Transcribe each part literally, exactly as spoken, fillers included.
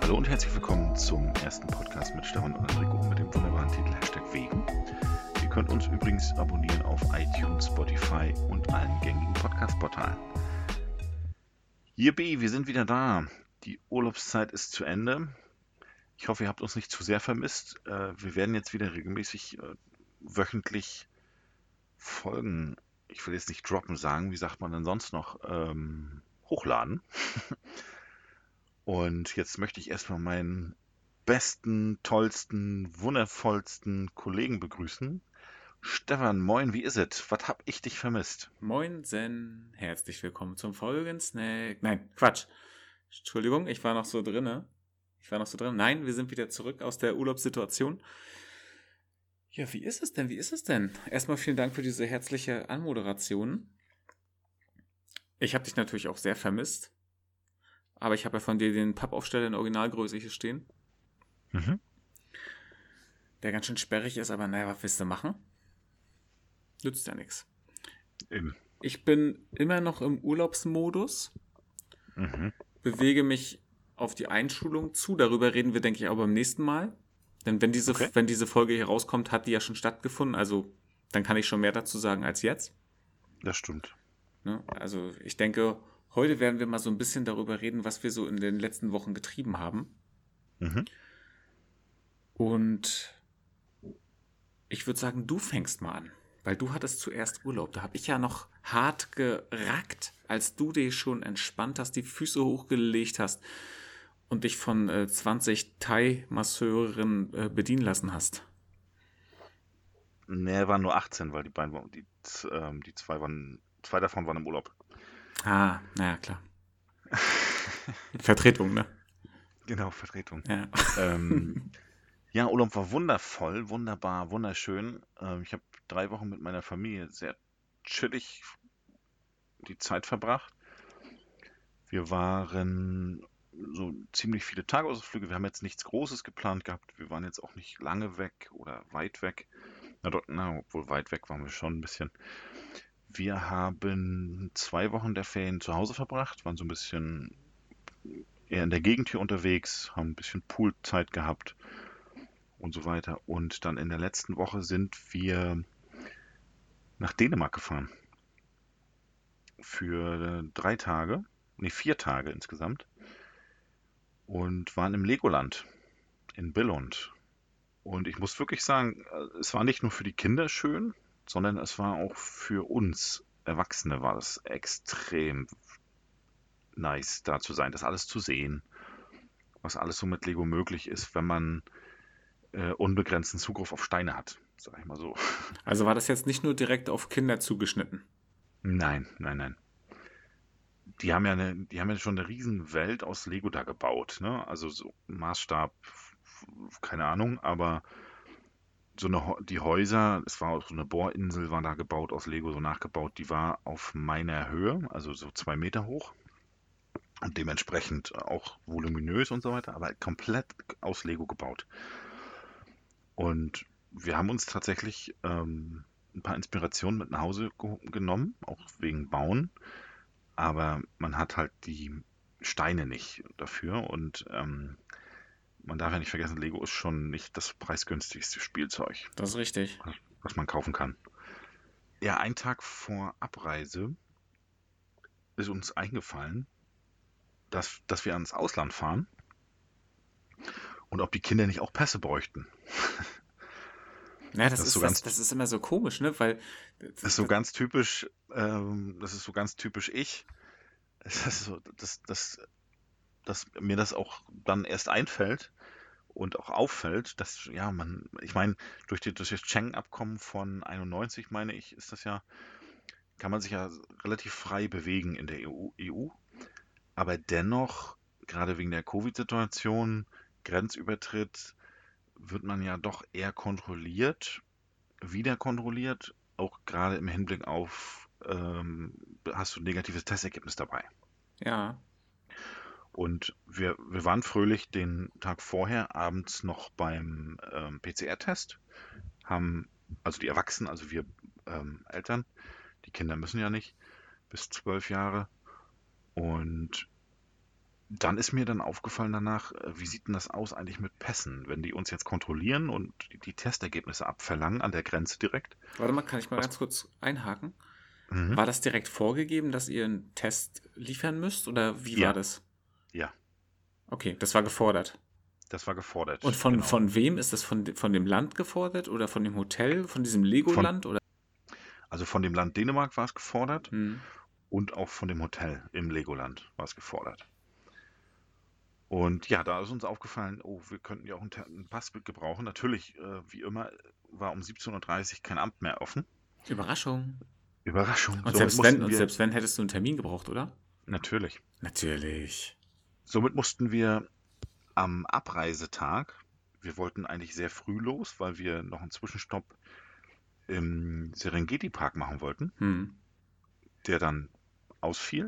Hallo und herzlich willkommen zum ersten Podcast mit Stefan und Enrico mit dem wunderbaren Titel Hashtag Wegen. Ihr könnt uns übrigens abonnieren auf iTunes, Spotify und allen gängigen Podcast-Portalen. Yippie, wir sind wieder da. Die Urlaubszeit ist zu Ende. Ich hoffe, ihr habt uns nicht zu sehr vermisst. Äh, Wir werden jetzt wieder regelmäßig äh, wöchentlich Folgen, ich will jetzt nicht droppen sagen, wie sagt man denn sonst noch, ähm, hochladen. Und jetzt möchte ich erstmal meinen besten, tollsten, wundervollsten Kollegen begrüßen. Stefan, moin, wie ist es? Was hab ich dich vermisst? Moinsen, herzlich willkommen zum Folgensnack. Nein, Quatsch. Entschuldigung, ich war noch so drinne. Ich war noch so drin. Nein, wir sind wieder zurück aus der Urlaubssituation. Ja, wie ist es denn? Wie ist es denn? Erstmal vielen Dank für diese herzliche Anmoderation. Ich habe dich natürlich auch sehr vermisst. Aber ich habe ja von dir den Pappaufsteller in Originalgröße hier stehen. Mhm. Der ganz schön sperrig ist, aber naja, was willst du machen? Nützt ja nichts. Eben. Ich bin immer noch im Urlaubsmodus. Mhm. Bewege mich auf die Einschulung zu. Darüber reden wir, denke ich, auch beim nächsten Mal. Denn wenn diese, Okay. wenn diese Folge hier rauskommt, hat die ja schon stattgefunden. Also dann kann ich schon mehr dazu sagen als jetzt. Das stimmt. Ne? Also ich denke, heute werden wir mal so ein bisschen darüber reden, was wir so in den letzten Wochen getrieben haben. Mhm. Und ich würde sagen, du fängst mal an. Weil du hattest zuerst Urlaub. Da habe ich ja noch hart gerackt, als du dich schon entspannt hast, die Füße hochgelegt hast und dich von äh, zwanzig Thai-Masseurinnen äh, bedienen lassen hast. Nee, waren nur achtzehn, weil die beiden waren, die, z- ähm, die zwei waren, zwei davon waren im Urlaub. Ah, naja, klar. Vertretung, ne? Genau, Vertretung. Ja. Ähm, ja, Urlaub war wundervoll, wunderbar, wunderschön. Ähm, ich habe drei Wochen mit meiner Familie sehr chillig die Zeit verbracht. Wir waren so ziemlich viele Tagesausflüge. Wir haben jetzt nichts Großes geplant gehabt. Wir waren jetzt auch nicht lange weg oder weit weg. Na, dort, na, obwohl weit weg waren wir schon ein bisschen. Wir haben zwei Wochen der Ferien zu Hause verbracht, waren so ein bisschen eher in der Gegend hier unterwegs, haben ein bisschen Poolzeit gehabt und so weiter. Und dann in der letzten Woche sind wir nach Dänemark gefahren für drei Tage, nee, vier Tage insgesamt und waren im Legoland in Billund. Und ich muss wirklich sagen, äh, es war nicht nur für die Kinder schön, sondern es war auch für uns Erwachsene war das extrem nice, da zu sein, das alles zu sehen, was alles so mit Lego möglich ist, wenn man äh, unbegrenzten Zugriff auf Steine hat, sag ich mal so. Also war das jetzt nicht nur direkt auf Kinder zugeschnitten? Nein, nein, nein. Die haben ja eine, die haben ja schon eine riesen Welt aus Lego da gebaut, ne? Also so Maßstab, keine Ahnung, aber so eine, Ho- die Häuser, es war auch so eine Bohrinsel, war da gebaut aus Lego, so nachgebaut, die war auf meiner Höhe, also so zwei Meter hoch und dementsprechend auch voluminös und so weiter, aber komplett aus Lego gebaut. Und wir haben uns tatsächlich ähm, ein paar Inspirationen mit nach Hause ge genommen, auch wegen Bauen, aber man hat halt die Steine nicht dafür und ähm, man darf ja nicht vergessen, Lego ist schon nicht das preisgünstigste Spielzeug, Das ist richtig. was was man kaufen kann. Ja, einen Tag vor Abreise ist uns eingefallen, dass, dass wir ans Ausland fahren und ob die Kinder nicht auch Pässe bräuchten. Ja, das Das ist so ist, das, ganz, das ist immer so komisch, ne? Weil das ist so ganz typisch, ähm, das ist so ganz typisch ich. Das ist so, das, das, dass mir das auch dann erst einfällt und auch auffällt, dass, ja, man, ich meine, durch, die, durch das Schengen-Abkommen von einundneunzig, meine ich, ist das ja, kann man sich ja relativ frei bewegen in der E U, E U. Aber dennoch, gerade wegen der Covid-Situation, Grenzübertritt, wird man ja doch eher kontrolliert, wieder kontrolliert, auch gerade im Hinblick auf, ähm, hast du ein negatives Testergebnis dabei. ja, Und wir, wir waren fröhlich den Tag vorher abends noch beim ähm, P C R-Test, haben, also die Erwachsenen, also wir ähm, Eltern, die Kinder müssen ja nicht bis zwölf Jahre. Und dann ist mir dann aufgefallen danach, äh, wie sieht denn das aus eigentlich mit Pässen, wenn die uns jetzt kontrollieren und die die Testergebnisse abverlangen an der Grenze direkt? Warte mal, kann ich mal Was? ganz kurz einhaken? Mhm. War das direkt vorgegeben, dass ihr einen Test liefern müsst oder wie war Ja, das? ja, Okay, das war gefordert. das war Und gefordert, von, genau. von wem ist das? Von, de- von dem Land gefordert oder von dem Hotel, von diesem Von, Legoland oder? also von dem Land Dänemark war es gefordert Hm. und auch von dem Hotel im Legoland war es gefordert. Und ja, da ist uns aufgefallen, oh, wir könnten ja auch ein, Te- ein Passbild gebrauchen. Natürlich, äh, wie immer, war um siebzehn Uhr dreißig kein Amt mehr offen. Überraschung. Überraschung. Und Somit selbst wenn, mussten und wir, selbst wenn, hättest du einen Termin gebraucht, oder? natürlich, Natürlich. somit mussten wir am Abreisetag, wir wollten eigentlich sehr früh los, weil wir noch einen Zwischenstopp im Serengeti-Park machen wollten, Hm. der dann ausfiel,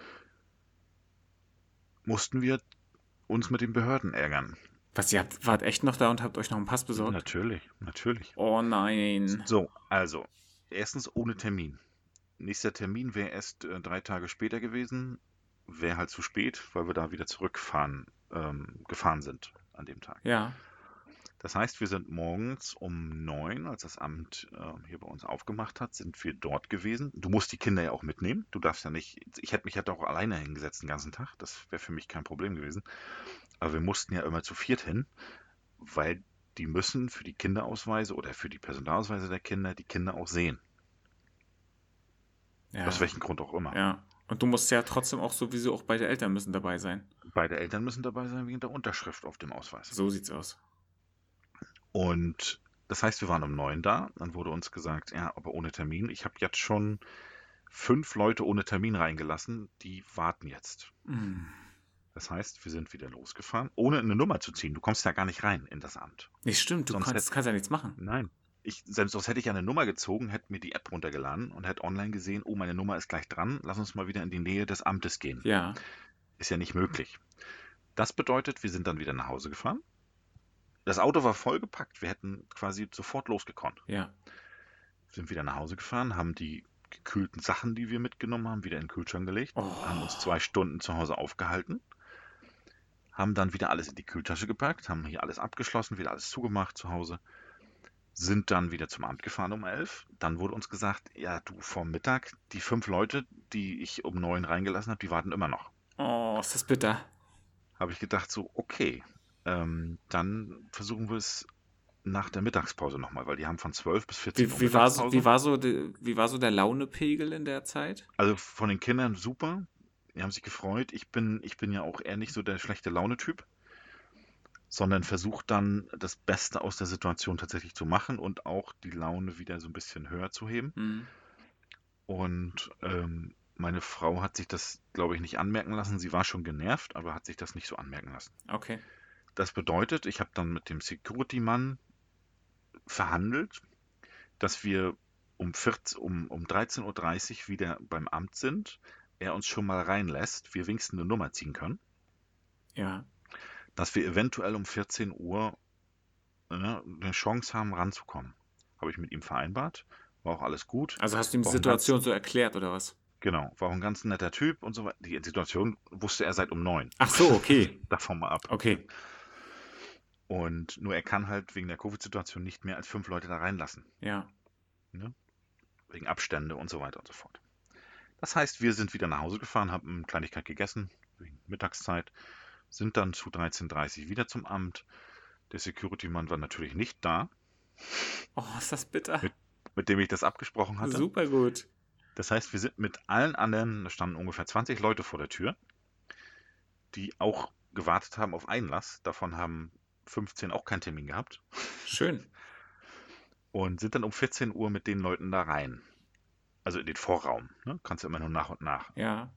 mussten wir uns mit den Behörden ärgern. Was, ihr habt, wart echt noch da und habt euch noch einen Pass besorgt? Natürlich, natürlich. Oh nein. So, also, erstens ohne Termin. Nächster Termin wäre erst äh, drei Tage später gewesen, wäre halt zu spät, weil wir da wieder zurückfahren, ähm, gefahren sind an dem Tag. Ja. Das heißt, wir sind morgens um neun, als das Amt äh, hier bei uns aufgemacht hat, sind wir dort gewesen. Du musst die Kinder ja auch mitnehmen. Du darfst ja nicht, ich hätte mich halt auch alleine hingesetzt den ganzen Tag. Das wäre für mich kein Problem gewesen. Aber wir mussten ja immer zu viert hin, weil die müssen für die Kinderausweise oder für die Personalausweise der Kinder die Kinder auch sehen. Aus Ja. welchem Grund auch immer. Ja. Und du musst ja trotzdem auch sowieso auch beide Eltern müssen dabei sein. Beide Eltern müssen dabei sein wegen der Unterschrift auf dem Ausweis. So sieht's aus. Und das heißt, wir waren um neun da. Dann wurde uns gesagt, ja, aber ohne Termin. Ich habe jetzt schon fünf Leute ohne Termin reingelassen, die warten jetzt. Hm. Das heißt, wir sind wieder losgefahren, ohne eine Nummer zu ziehen. Du kommst ja gar nicht rein in das Amt. Nee, stimmt, du Sonst kannst, hätte, kannst ja nichts machen. nein, ich, selbst sonst hätte ich ja eine Nummer gezogen, hätte mir die App runtergeladen und hätte online gesehen, oh, meine Nummer ist gleich dran, lass uns mal wieder in die Nähe des Amtes gehen. Ja. Ist ja nicht möglich. Das bedeutet, wir sind dann wieder nach Hause gefahren. Das Auto war vollgepackt, wir hätten quasi sofort losgekonnt. Ja. Sind wieder nach Hause gefahren, haben die gekühlten Sachen, die wir mitgenommen haben, wieder in den Kühlschrank gelegt, Oh. haben uns zwei Stunden zu Hause aufgehalten, haben dann wieder alles in die Kühltasche gepackt, haben hier alles abgeschlossen, wieder alles zugemacht zu Hause, sind dann wieder zum Amt gefahren um elf. Dann wurde uns gesagt, ja, du, vor Mittag, die fünf Leute, die ich um neun reingelassen habe, die warten immer noch. Oh, ist das bitter. Habe ich gedacht, so, okay, ähm, dann versuchen wir es nach der Mittagspause nochmal, weil die haben von zwölf bis vierzehn Uhr Wie, wie, war so, Mittagspause. wie, war so de, wie war so der Launepegel in der Zeit? Also von den Kindern super. Die haben sich gefreut. Ich bin, ich bin ja auch eher nicht so der schlechte Laune-Typ, sondern versuche dann das Beste aus der Situation tatsächlich zu machen und auch die Laune wieder so ein bisschen höher zu heben. Hm. Und ähm, meine Frau hat sich das, glaube ich, nicht anmerken lassen. Sie war schon genervt, aber hat sich das nicht so anmerken lassen. Okay. Das bedeutet, ich habe dann mit dem Security-Mann verhandelt, dass wir um, vierzehn, um, um dreizehn Uhr dreißig wieder beim Amt sind, er uns schon mal reinlässt, wir wenigstens eine Nummer ziehen können, Ja. dass wir eventuell um vierzehn Uhr äh, eine Chance haben, ranzukommen. Habe ich mit ihm vereinbart, war auch alles gut. Also hast du ihm die War auch ein ganz, Situation so erklärt oder was? genau, war auch ein ganz netter Typ und so weiter. Die Situation wusste er seit um neun. Ach so, okay. Davon mal ab. Okay. Und nur er kann halt wegen der Covid-Situation nicht mehr als fünf Leute da reinlassen. Ja. Ne? Wegen Abstände und so weiter und so fort. Das heißt, wir sind wieder nach Hause gefahren, haben eine Kleinigkeit gegessen, wegen Mittagszeit, sind dann zu dreizehn Uhr dreißig wieder zum Amt. Der Security-Mann war natürlich nicht da, Oh, ist das bitter. mit, mit dem ich das abgesprochen hatte. Super gut. Das heißt, wir sind mit allen anderen, da standen ungefähr zwanzig Leute vor der Tür, die auch gewartet haben auf Einlass. Davon haben fünfzehn auch keinen Termin gehabt. Schön. Und sind dann um vierzehn Uhr mit den Leuten da rein. Also in den Vorraum. Ne? Kannst du immer nur nach und nach. Ja.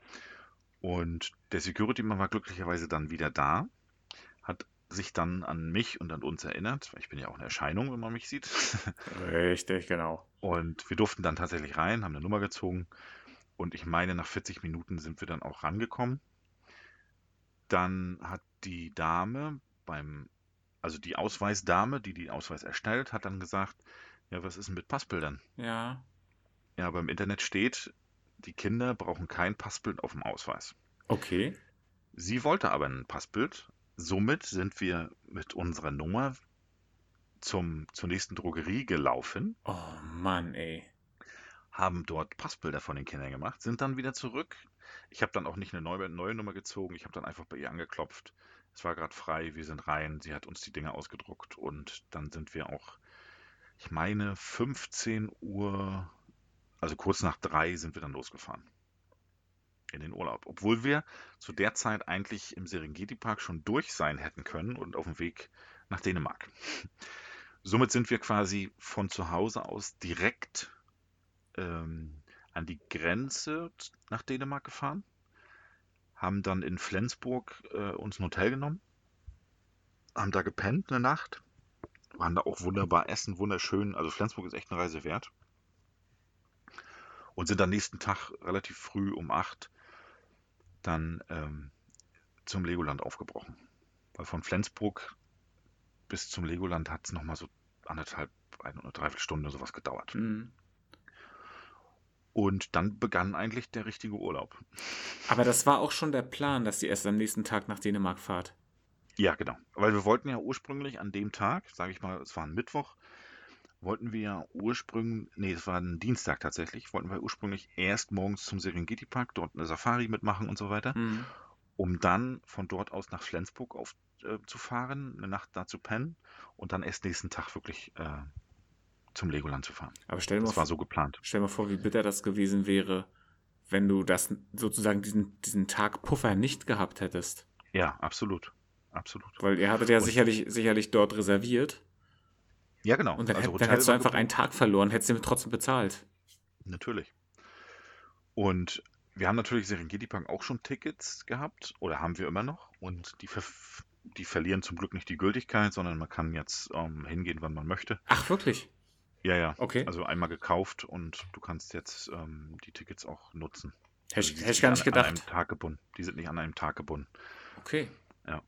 Und der Security-Mann war glücklicherweise dann wieder da, hat sich dann an mich und an uns erinnert, weil ich bin ja auch eine Erscheinung, wenn man mich sieht. Richtig, genau. Und wir durften dann tatsächlich rein, haben eine Nummer gezogen und ich meine, nach vierzig Minuten sind wir dann auch rangekommen. Dann hat die Dame beim, also die Ausweisdame, die den Ausweis erstellt, hat dann gesagt, ja, was ist denn mit Passbildern? Ja. Ja, aber im Internet steht, die Kinder brauchen kein Passbild auf dem Ausweis. Okay. Sie wollte aber ein Passbild. Somit sind wir mit unserer Nummer zum, zur nächsten Drogerie gelaufen, Oh Mann, ey. haben dort Passbilder von den Kindern gemacht, sind dann wieder zurück. Ich habe dann auch nicht eine neue, neue Nummer gezogen, ich habe dann einfach bei ihr angeklopft. Es war gerade frei, wir sind rein, sie hat uns die Dinge ausgedruckt und dann sind wir auch, ich meine, fünfzehn Uhr, also kurz nach drei sind wir dann losgefahren in den Urlaub. Obwohl wir zu der Zeit eigentlich im Serengeti-Park schon durch sein hätten können und auf dem Weg nach Dänemark. Somit sind wir quasi von zu Hause aus direkt ähm, an die Grenze nach Dänemark gefahren, haben dann in Flensburg äh, uns ein Hotel genommen, haben da gepennt eine Nacht, waren da auch wunderbar essen, wunderschön. Also Flensburg ist echt eine Reise wert. Und sind am nächsten Tag relativ früh um acht dann ähm, zum Legoland aufgebrochen. Weil von Flensburg bis zum Legoland hat es nochmal so anderthalb, eine oder dreiviertel Stunde sowas gedauert. Mhm. Und dann begann eigentlich der richtige Urlaub. Aber das war auch schon der Plan, dass ihr erst am nächsten Tag nach Dänemark fahrt. Ja, genau. Weil wir wollten ja ursprünglich an dem Tag, sage ich mal, es war ein Mittwoch, wollten wir ja ursprünglich, nee, es war ein Dienstag tatsächlich, wollten wir ursprünglich erst morgens zum Serengeti-Park, dort eine Safari mitmachen und so weiter, Mhm. um dann von dort aus nach Flensburg auf, äh, zu fahren, eine Nacht da zu pennen und dann erst nächsten Tag wirklich äh, zum Legoland zu fahren. Aber stell dir mal, Das war f- so geplant. stell dir mal vor, wie bitter das gewesen wäre, wenn du das sozusagen diesen, diesen Tag Puffer nicht gehabt hättest. Ja, absolut. Absolut. Weil ihr hattet ja Und sicherlich, sicherlich dort reserviert ja, genau. und dann, Also hätt, dann Hotel hättest du war einfach einen gebucht, Tag verloren, hättest du mir trotzdem bezahlt. natürlich. Und wir haben natürlich Serengeti Park auch schon Tickets gehabt oder haben wir immer noch. Und die, ver die verlieren zum Glück nicht die Gültigkeit, sondern man kann jetzt ähm, hingehen, wann man möchte. Ach, wirklich? Ja, ja. Okay. Also einmal gekauft und du kannst jetzt ähm, die Tickets auch nutzen. Hätte Also ich, die hätte sind ich nicht gar an, nicht an einem gedacht. Tag gebunden. Die sind nicht an einem Tag gebunden. Okay. Ja.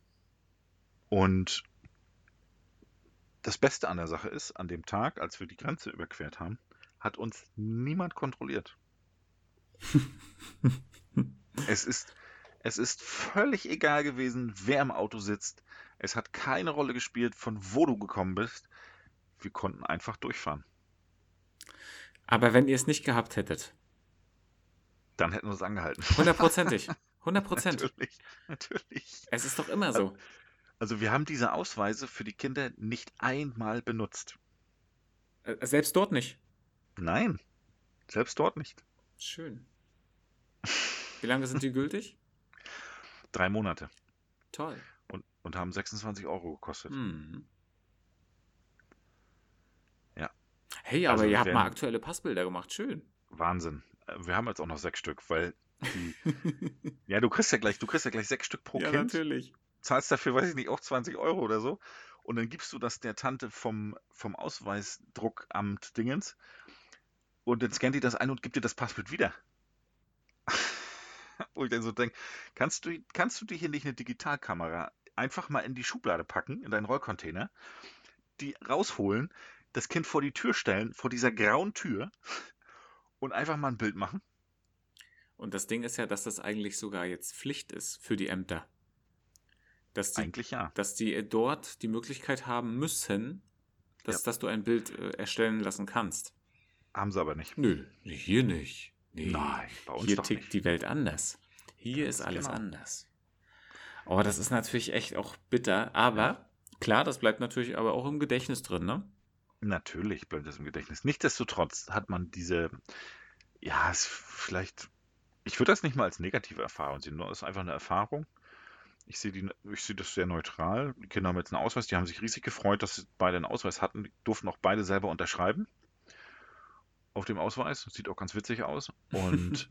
Und das Beste an der Sache ist, an dem Tag, als wir die Grenze überquert haben, hat uns niemand kontrolliert. Es ist, es ist völlig egal gewesen, wer im Auto sitzt. Es hat keine Rolle gespielt, von wo du gekommen bist. Wir konnten einfach durchfahren. Aber wenn ihr es nicht gehabt hättet, Dann hätten wir es angehalten. hundertprozentig, hundert Prozent. Natürlich, natürlich. Es ist doch immer Al- so. Also wir haben diese Ausweise für die Kinder nicht einmal benutzt. Äh, Selbst dort nicht. Nein, selbst dort nicht. Schön. Wie lange sind die gültig? Drei Monate Toll. und, und haben sechsundzwanzig Euro gekostet. Hm. Ja, Hey, aber also ihr wir habt mal wären aktuelle Passbilder gemacht. Schön. Wahnsinn. Äh, Wir haben jetzt auch noch sechs Stück, weil die, ja, du kriegst ja gleich, du kriegst ja gleich sechs Stück pro Ja, Kind, natürlich. zahlst dafür, weiß ich nicht, auch zwanzig Euro oder so. Und dann gibst du das der Tante vom, vom Ausweisdruckamt Dingens und dann scannt die das ein und gibt dir das Passbild wieder. Wo ich dann so denke, kannst du, kannst du dir hier nicht eine Digitalkamera einfach mal in die Schublade packen, in deinen Rollcontainer, die rausholen, das Kind vor die Tür stellen, vor dieser grauen Tür und einfach mal ein Bild machen? Und das Ding ist ja, dass das eigentlich sogar jetzt Pflicht ist für die Ämter. Dass die, Eigentlich ja. dass die dort die Möglichkeit haben müssen, Ja, dass, dass du ein Bild äh, erstellen lassen kannst. haben sie aber nicht. Nö, hier nicht. Nee, Nein, bei uns hier doch tickt nicht. die Welt anders. Hier ist Ganz alles genau. anders. Oh, das ist natürlich echt auch bitter, Ja, aber klar, das bleibt natürlich aber auch im Gedächtnis drin, ne? natürlich bleibt das im Gedächtnis. Nichtsdestotrotz hat man diese, ja, es vielleicht, ich würde das nicht mal als negative Erfahrung sehen, nur es ist einfach eine Erfahrung. Ich sehe die, ich sehe das sehr neutral. Die Kinder haben jetzt einen Ausweis, die haben sich riesig gefreut, dass sie beide einen Ausweis hatten. Die durften auch beide selber unterschreiben auf dem Ausweis. Sieht auch ganz witzig aus. Und,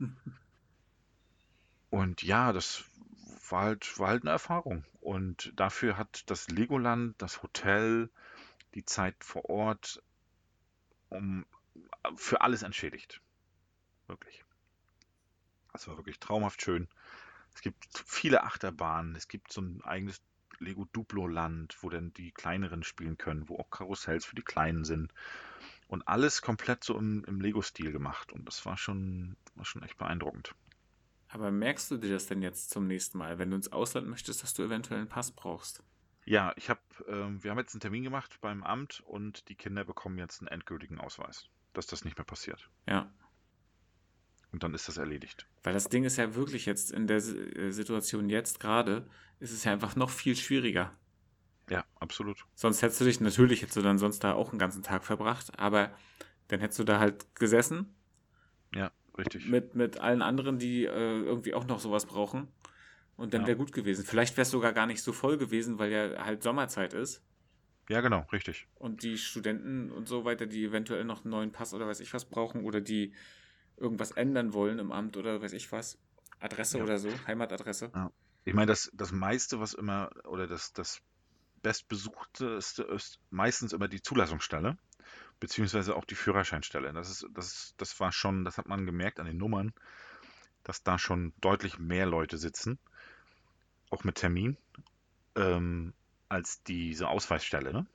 und ja, das war halt, war halt eine Erfahrung. Und dafür hat das Legoland, das Hotel, die Zeit vor Ort um, für alles entschädigt. Wirklich. Das war wirklich traumhaft schön. Es gibt viele Achterbahnen. Es gibt so ein eigenes Lego Duplo-Land, wo dann die Kleineren spielen können, wo auch Karussells für die Kleinen sind. Und alles komplett so im, im Lego-Stil gemacht. Und das war schon, war schon echt beeindruckend. Aber merkst du dir das denn jetzt zum nächsten Mal, wenn du ins Ausland möchtest, dass du eventuell einen Pass brauchst? Ja, ich habe, ähm, wir haben jetzt einen Termin gemacht beim Amt und die Kinder bekommen jetzt einen endgültigen Ausweis, dass das nicht mehr passiert. Ja. Und dann ist das erledigt. Weil das Ding ist ja wirklich jetzt in der Si- äh, Situation jetzt gerade, ist es ja einfach noch viel schwieriger. Ja, absolut. Sonst hättest du dich, natürlich hättest du dann sonst da auch einen ganzen Tag verbracht, aber dann hättest du da halt gesessen Ja, richtig. mit, mit allen anderen, die äh, irgendwie auch noch sowas brauchen. Und dann Ja. wäre gut gewesen. Vielleicht wäre es sogar gar nicht so voll gewesen, weil ja halt Sommerzeit ist. Ja, genau, richtig. Und die Studenten und so weiter, die eventuell noch einen neuen Pass oder weiß ich was brauchen oder die irgendwas ändern wollen im Amt oder weiß ich was. Adresse Ja. oder so, Heimatadresse. Ja. Ich meine, das, das meiste, was immer, oder das, das bestbesuchteste ist meistens immer die Zulassungsstelle, beziehungsweise auch die Führerscheinstelle. Das ist, das, ist- das war schon, das hat man gemerkt an den Nummern, dass da schon deutlich mehr Leute sitzen, auch mit Termin, ähm, als diese Ausweisstelle, ne?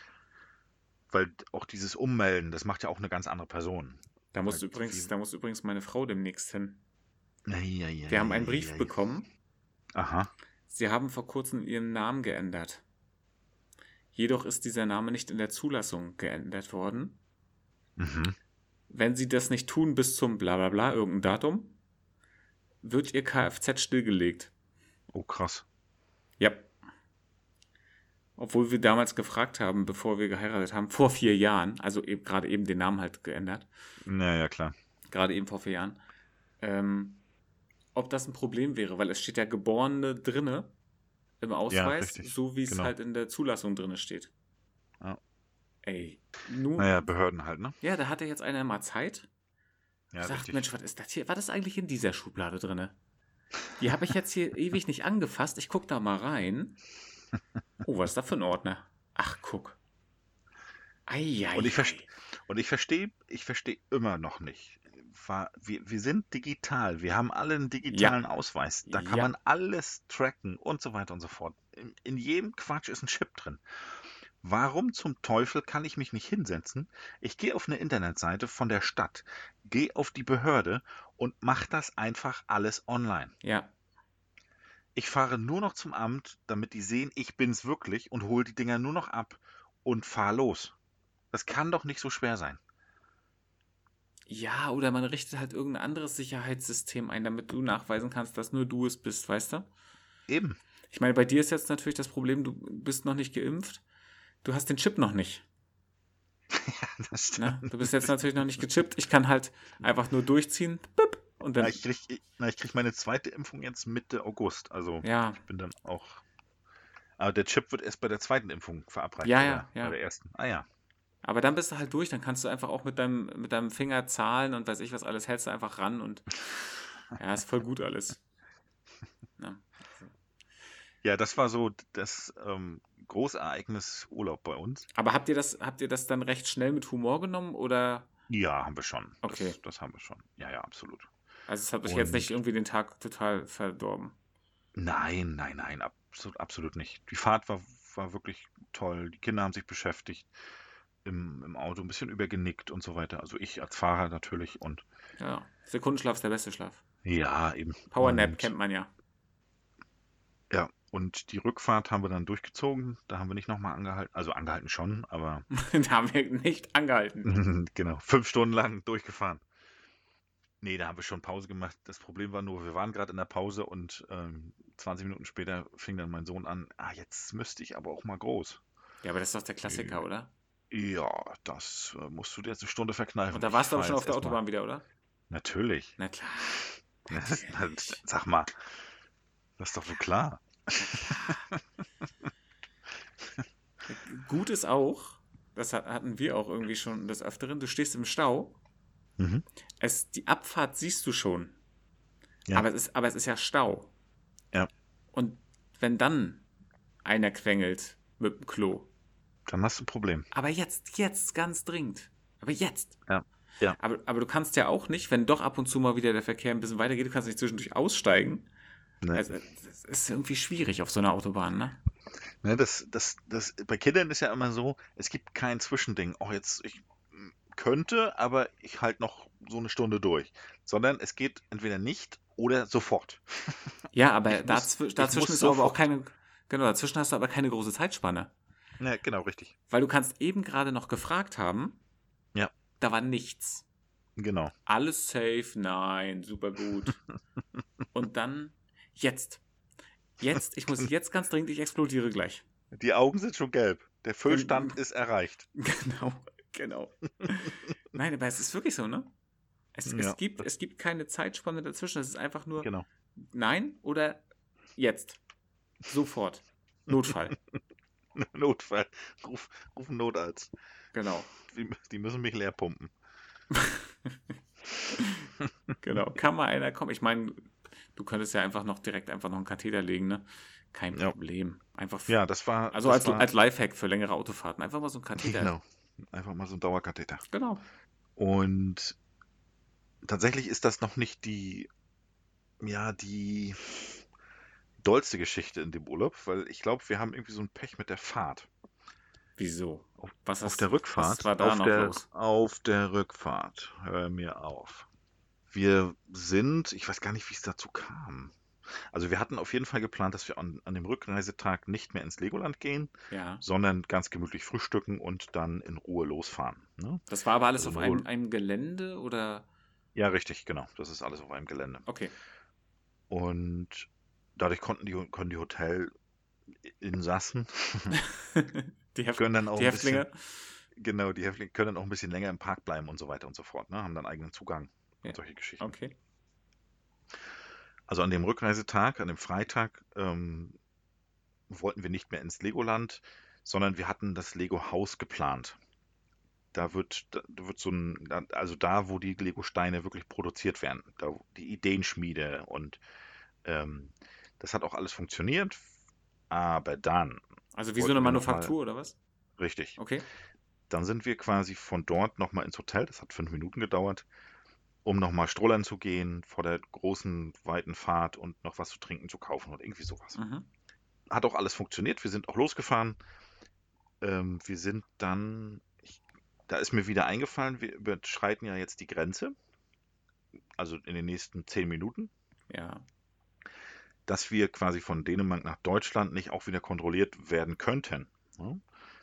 Weil auch dieses Ummelden, das macht ja auch eine ganz andere Person. Da Weil muss übrigens, wie, da muss übrigens meine Frau demnächst hin. ei, ei, Wir ei, haben einen ei, Brief ei. bekommen. Aha, Sie haben vor kurzem ihren Namen geändert. Jedoch ist dieser Name nicht in der Zulassung geändert worden. mhm. Wenn Sie das nicht tun bis zum Blablabla, irgendein Datum, wird Ihr Kfz stillgelegt. Oh, krass. Ja. Obwohl wir damals gefragt haben, bevor wir geheiratet haben, vor vier Jahren, also eben, gerade eben den Namen halt geändert, Naja, klar. gerade eben vor vier Jahren, ähm, ob das ein Problem wäre, weil es steht ja Geborene drinne im Ja, Ausweis, richtig. so wie es Genau. halt in der Zulassung drinne steht. Ja. Ey, nun, Naja, Behörden halt, ne? ja, da hatte jetzt einer mal Zeit. Ja, Ich dachte, richtig. Mensch, was ist das hier? Was ist eigentlich in dieser Schublade drinne? Die habe ich jetzt hier ewig nicht angefasst. Ich guck da mal rein. Oh, was ist da für ein Ordner? Ach, guck. Und ich, Eieiei. verst und ich verstehe, ich verstehe immer noch nicht. War, wir, wir sind digital, wir haben alle einen Ja, digitalen Ausweis, da kann ja, man alles tracken und so weiter und so fort. In, in jedem Quatsch ist ein Chip drin. Warum zum Teufel kann ich mich nicht hinsetzen? Ich gehe auf eine Internetseite von der Stadt, gehe auf die Behörde und mache das einfach alles online. ja. Ich fahre nur noch zum Amt, damit die sehen, ich bin's wirklich und hole die Dinger nur noch ab und fahr los. Das kann doch nicht so schwer sein. Ja, oder man richtet halt irgendein anderes Sicherheitssystem ein, damit du nachweisen kannst, dass nur du es bist, weißt du? Eben. Ich meine, bei dir ist jetzt natürlich das Problem, du bist noch nicht geimpft. Du hast den Chip noch nicht. Ja, das Ne? stimmt. Du bist jetzt natürlich noch nicht gechippt. Ich kann halt einfach nur durchziehen. Bip, und Na, dann. ich krieg, ich, na, ich krieg meine zweite Impfung jetzt Mitte August. Also Ja, ich bin dann auch. Aber der Chip wird erst bei der zweiten Impfung verabreicht ja, ja, oder bei ja. der ersten. Ah ja. Aber dann bist du halt durch, dann kannst du einfach auch mit deinem, mit deinem Finger zahlen und weiß ich was alles, hältst du einfach ran und ja, ist voll gut alles. Ja. Ja, das war so das ähm, Großereignis Urlaub bei uns. Aber habt ihr das, habt ihr das dann recht schnell mit Humor genommen oder? Ja, haben wir schon. Okay. Das, das haben wir schon. Ja, ja, absolut. Also es hat euch jetzt nicht Und irgendwie den Tag total verdorben. nein, nein, nein, absolut, absolut nicht. Die Fahrt war, war wirklich toll. Die Kinder haben sich beschäftigt im, im Auto, ein bisschen übergenickt und so weiter. Also ich als Fahrer natürlich und Ja, Sekundenschlaf ist der beste Schlaf. ja, eben. Powernap Und kennt man ja. ja, und die Rückfahrt haben wir dann durchgezogen. Da haben wir nicht nochmal angehalten. Also angehalten schon, aber Da haben wir nicht angehalten. genau, fünf Stunden lang durchgefahren. Nee, da haben wir schon Pause gemacht. Das Problem war nur, wir waren gerade in der Pause und ähm, zwanzig Minuten später fing dann mein Sohn an, ah, jetzt müsste ich aber auch mal groß. Ja, aber das ist doch der Klassiker, oder? Ja, das äh, musst du dir jetzt eine Stunde verkneifen. Und da Ich warst du aber fahr schon auf jetzt der erstmal. Autobahn wieder, oder? Natürlich. Na klar. Das, Natürlich. sag mal, das ist doch so klar. Na klar. Gut ist auch, das hat- hatten wir auch irgendwie schon des Öfteren, du stehst im Stau, Mhm. es, die Abfahrt siehst du schon, Ja, aber es ist, aber es ist ja Stau. ja. Und wenn dann einer quengelt mit dem Klo, Dann hast du ein Problem. aber jetzt, jetzt ganz dringend, aber jetzt. Ja, ja. Aber, aber du kannst ja auch nicht, wenn doch ab und zu mal wieder der Verkehr ein bisschen weitergeht, du kannst nicht zwischendurch aussteigen. Ne, Also, das ist irgendwie schwierig auf so einer Autobahn, ne? ne, das, das, das, bei Kindern ist ja immer so, es gibt kein Zwischending. Oh, jetzt, ich mm, könnte, aber ich halt noch so eine Stunde durch. Sondern es geht entweder nicht oder sofort. Ja, aber Ich muss, dazw ich dazwischen muss ist aber auch sofort. keine, genau, dazwischen hast du aber keine große Zeitspanne. Ja, genau, richtig. Weil du kannst eben gerade noch gefragt haben, Ja, da war nichts. genau. Alles safe, nein, super gut. Und dann jetzt. Jetzt, ich muss Dann, jetzt ganz dringend, ich explodiere gleich. die Augen sind schon gelb. Der Und Füllstand ist erreicht. genau, genau. Nein, aber es ist wirklich so, ne? Es, es Ja, gibt, das, es gibt keine Zeitspanne dazwischen. Es ist einfach nur genau. nein oder jetzt. Sofort. Notfall. Notfall. Ruf, ruf einen Notarzt. Genau. Die, die müssen mich leer pumpen. Genau. Kann mal einer kommen? Ich meine, du könntest ja einfach noch direkt einfach noch einen Katheter legen, ne? Kein Ja, Problem. Einfach, f- ja, das war, also das als, war, als Lifehack für längere Autofahrten. Einfach mal so einen Katheter. genau. Einfach mal so ein Dauerkatheter. Genau. Und tatsächlich ist das noch nicht die, ja, die dollste Geschichte in dem Urlaub, weil ich glaube, wir haben irgendwie so ein Pech mit der Fahrt. Wieso? Auf, Was auf hast, der was Rückfahrt, war da auf noch der, los? auf der Rückfahrt, hör mir auf. Wir sind, ich weiß gar nicht, wie es dazu kam. Also wir hatten auf jeden Fall geplant, dass wir an, an dem Rückreisetag nicht mehr ins Legoland gehen, Ja. sondern ganz gemütlich frühstücken und dann in Ruhe losfahren. Ne? Das war aber alles Also auf in einem, Ruhe. einem Gelände oder? Ja, richtig, genau. Das ist alles auf einem Gelände. Okay. Und dadurch konnten die, konnten die Hotelinsassen Die, Häft, können dann auch die ein bisschen, Häftlinge? genau, die Häftlinge können dann auch ein bisschen länger im Park bleiben und so weiter und so fort, ne? Haben dann eigenen Zugang Ja. und solche Geschichten. Okay. Also an dem Rückreisetag, an dem Freitag, ähm, wollten wir nicht mehr ins Legoland, sondern wir hatten das Lego-Haus geplant. Da wird, da wird so ein, da- also da, wo die Lego-Steine wirklich produziert werden, da die Ideenschmiede und ähm, das hat auch alles funktioniert, aber dann Also wie so eine wollten wir nochmal, Manufaktur oder was? richtig, Okay. dann sind wir quasi von dort nochmal ins Hotel, das hat fünf Minuten gedauert, um nochmal strollern zu gehen vor der großen, weiten Fahrt und noch was zu trinken zu kaufen oder irgendwie sowas. Mhm. Hat auch alles funktioniert, wir sind auch losgefahren. Ähm, wir sind dann, ich, da ist mir wieder eingefallen, wir überschreiten ja jetzt die Grenze, also in den nächsten zehn Minuten, Ja. dass wir quasi von Dänemark nach Deutschland nicht auch wieder kontrolliert werden könnten. Ja?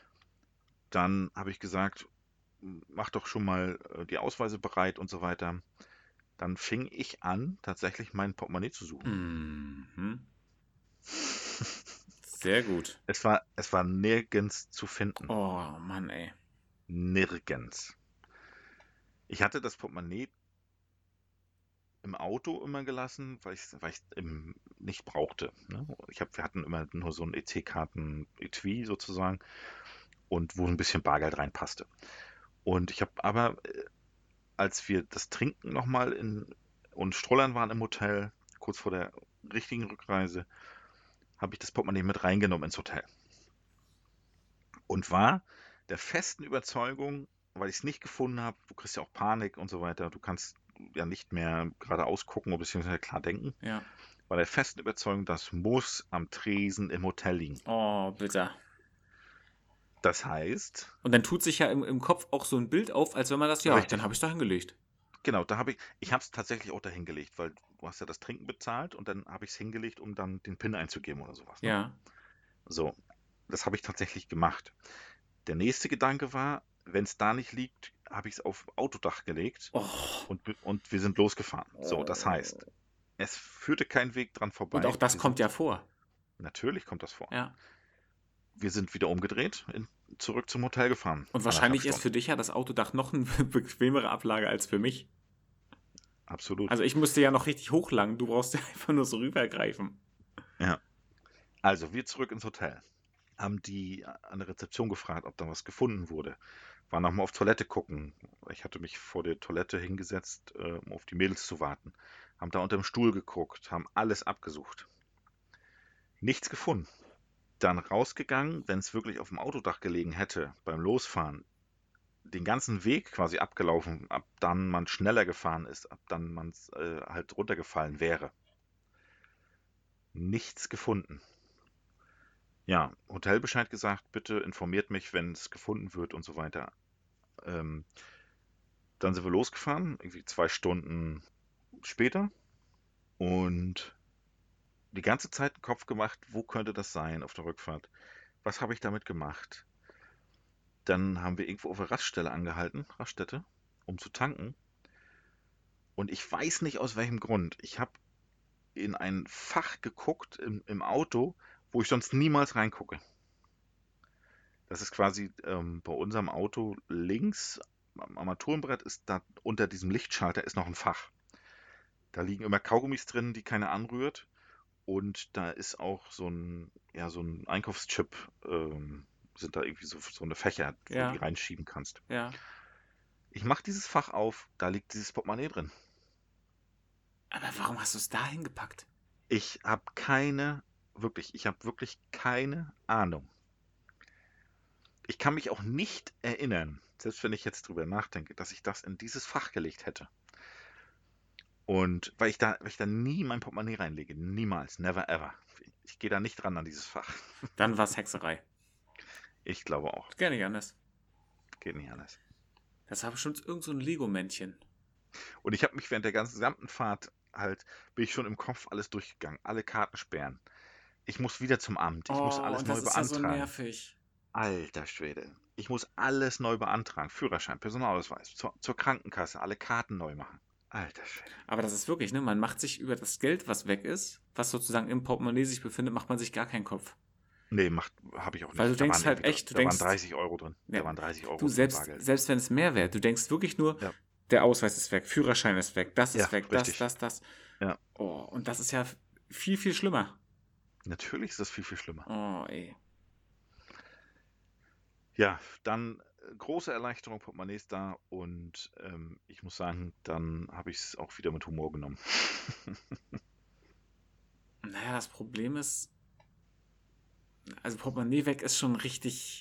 Dann habe ich gesagt, mach doch schon mal äh, die Ausweise bereit und so weiter. Dann fing ich an, tatsächlich mein Portemonnaie zu suchen. Mhm. Sehr gut. Es war, es war nirgends zu finden. Oh, Mann, ey. Nirgends. Ich hatte das Portemonnaie im Auto immer gelassen, weil ich es weil ich's im, nicht brauchte. Ne? Ich hab, wir hatten immer nur so ein E C-Karten-Etui sozusagen und wo ein bisschen Bargeld reinpasste. Und ich habe aber, äh, als wir das Trinken nochmal in und Strollern waren im Hotel, kurz vor der richtigen Rückreise, habe ich das Portemonnaie mit reingenommen ins Hotel. Und war der festen Überzeugung, weil ich es nicht gefunden habe, du kriegst ja auch Panik und so weiter, du kannst ja nicht mehr geradeaus gucken, beziehungsweise klar denken, Ja. war der festen Überzeugung, das muss am Tresen im Hotel liegen. Oh, bitte. Das heißt, Und dann tut sich ja im, im Kopf auch so ein Bild auf, als wenn man das, ja, dann richtig, habe ich es da hingelegt. genau, da habe ich, ich habe es tatsächlich auch dahin gelegt, weil du hast ja das Trinken bezahlt und dann habe ich es hingelegt, um dann den PIN einzugeben oder sowas, ne? Ja. So, das habe ich tatsächlich gemacht. Der nächste Gedanke war, wenn es da nicht liegt, habe ich es auf Autodach gelegt Oh. und, und wir sind losgefahren. So, das heißt, Oh. es führte kein Weg dran Und auch vorbei. das Wir kommt ja sind, vor. natürlich kommt das vor. Ja. Wir sind wieder umgedreht, in, zurück zum Hotel gefahren. Und Anderthalb wahrscheinlich ist für Stunden. dich ja das Autodach noch eine bequemere Ablage als für mich. Absolut. Also ich musste ja noch richtig hochlangen. Du brauchst ja einfach nur so rübergreifen. Ja. Also, wir zurück ins Hotel. Haben die an der Rezeption gefragt, ob da was gefunden wurde. War nochmal auf Toilette gucken. Ich hatte mich vor der Toilette hingesetzt, äh, um auf die Mädels zu warten. Haben da unter dem Stuhl geguckt, haben alles abgesucht. Nichts gefunden. Dann rausgegangen, wenn es wirklich auf dem Autodach gelegen hätte, beim Losfahren, den ganzen Weg quasi abgelaufen, ab dann man schneller gefahren ist, ab dann man äh, halt runtergefallen wäre. Nichts gefunden. Ja, Hotelbescheid gesagt, bitte informiert mich, wenn es gefunden wird und so weiter. Ähm, Dann sind wir losgefahren, irgendwie zwei Stunden später. Und die ganze Zeit den Kopf gemacht, wo könnte das sein auf der Rückfahrt? Was habe ich damit gemacht? Dann haben wir irgendwo auf der Raststelle angehalten, Raststätte, um zu tanken. Und ich weiß nicht aus welchem Grund. Ich habe in ein Fach geguckt im, im Auto, wo ich sonst niemals reingucke. Das ist quasi ähm, bei unserem Auto links am Armaturenbrett ist da unter diesem Lichtschalter ist noch ein Fach. Da liegen immer Kaugummis drin, die keiner anrührt. Und da ist auch so ein, ja, so ein Einkaufschip, ähm, sind da irgendwie so, so eine Fächer, wo du die Ja, reinschieben kannst. ja. Ich mache dieses Fach auf, da liegt dieses Portemonnaie drin. Aber warum hast du es da hingepackt? Ich habe keine, wirklich, ich habe wirklich keine Ahnung. Ich kann mich auch nicht erinnern, selbst wenn ich jetzt drüber nachdenke, dass ich das in dieses Fach gelegt hätte. Und weil ich da, weil ich da nie mein Portemonnaie reinlege. Niemals, never ever. Ich gehe da nicht ran an dieses Fach. Dann war es Hexerei. Ich glaube auch. Gar nicht anders. Geht nicht anders. Das war bestimmt irgend so ein Lego-Männchen. Und ich habe mich während der ganzen gesamten Fahrt halt, bin ich schon im Kopf alles durchgegangen. Alle Karten sperren. Ich muss wieder zum Amt. Ich muss Oh, alles und neu das ist ja so beantragen. nervig. Alter Schwede. Ich muss alles neu beantragen. Führerschein, Personalausweis, zur, zur Krankenkasse, alle Karten neu machen. Alter Schwede. Aber das ist wirklich, ne? Man macht sich über das Geld, was weg ist, was sozusagen im Portemonnaie sich befindet, macht man sich gar keinen Kopf. Nee, macht, habe ich auch nicht. Weil du Da denkst waren halt irgendwie, echt, du da waren denkst, dreißig Euro drin. ja, Da waren dreißig Euro du drin, selbst, Bargeld. selbst wenn es mehr wäre, du denkst wirklich nur, Ja, der Ausweis ist weg, Führerschein ist weg, das ja, ist weg, das, richtig. das, das. Ja, Oh, und das ist ja viel, viel schlimmer. natürlich ist das viel, viel schlimmer. Oh, ey. Ja, dann äh, große Erleichterung, Portemonnaie ist da und ähm, ich muss sagen, dann habe ich es auch wieder mit Humor genommen. Naja, das Problem ist, also Portemonnaie weg ist schon richtig,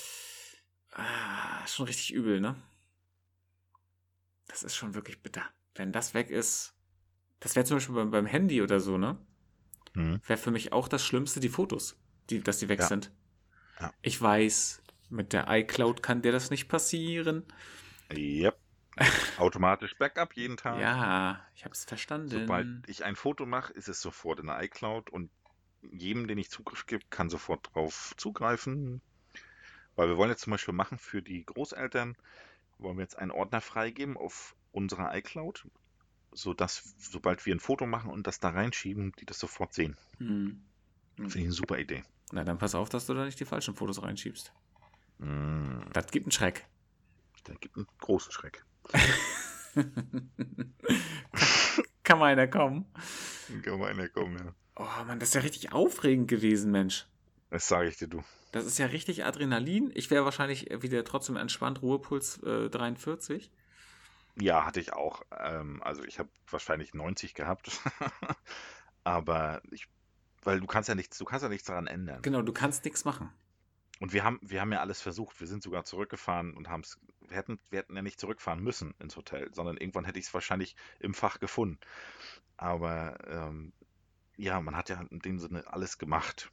ah, schon richtig übel, ne? Das ist schon wirklich bitter. Wenn das weg ist, das wäre zum Beispiel beim, beim Handy oder so, ne? Mhm. Wäre für mich auch das Schlimmste die Fotos, die, dass die weg Ja, sind. ja. Ich weiß, mit der iCloud kann dir das nicht passieren. Yep. Automatisch Backup jeden Tag. Ja, ich habe es Sobald verstanden. ich ein Foto mache, ist es sofort in der iCloud und jedem, den ich Zugriff gebe, kann sofort drauf zugreifen. Weil wir wollen jetzt zum Beispiel machen für die Großeltern, wollen wir jetzt einen Ordner freigeben auf unserer iCloud, sodass, sobald wir ein Foto machen und das da reinschieben, die das sofort sehen. Hm. Finde ich eine super Idee. Na, dann pass auf, dass du da nicht die falschen Fotos reinschiebst. Mm, Das gibt einen Schreck. der gibt einen großen Schreck. Kann mal einer kommen. Kann mal einer kommen, ja. Oh Mann, das ist ja richtig aufregend gewesen, Mensch. Das sage ich dir, du. Das ist ja richtig Adrenalin. Ich wäre wahrscheinlich wieder trotzdem entspannt, Ruhepuls äh, dreiundvierzig. Ja, hatte ich auch. Ähm, also ich habe wahrscheinlich neunzig gehabt. Aber ich, weil du kannst ja nichts, du kannst ja nichts daran ändern. Genau, du kannst nichts machen. Und wir haben, wir haben ja alles versucht. Wir sind sogar zurückgefahren und haben es, wir hätten, wir hätten ja nicht zurückfahren müssen ins Hotel, sondern irgendwann hätte ich es wahrscheinlich im Fach gefunden. Aber ähm, ja, man hat ja in dem Sinne alles gemacht.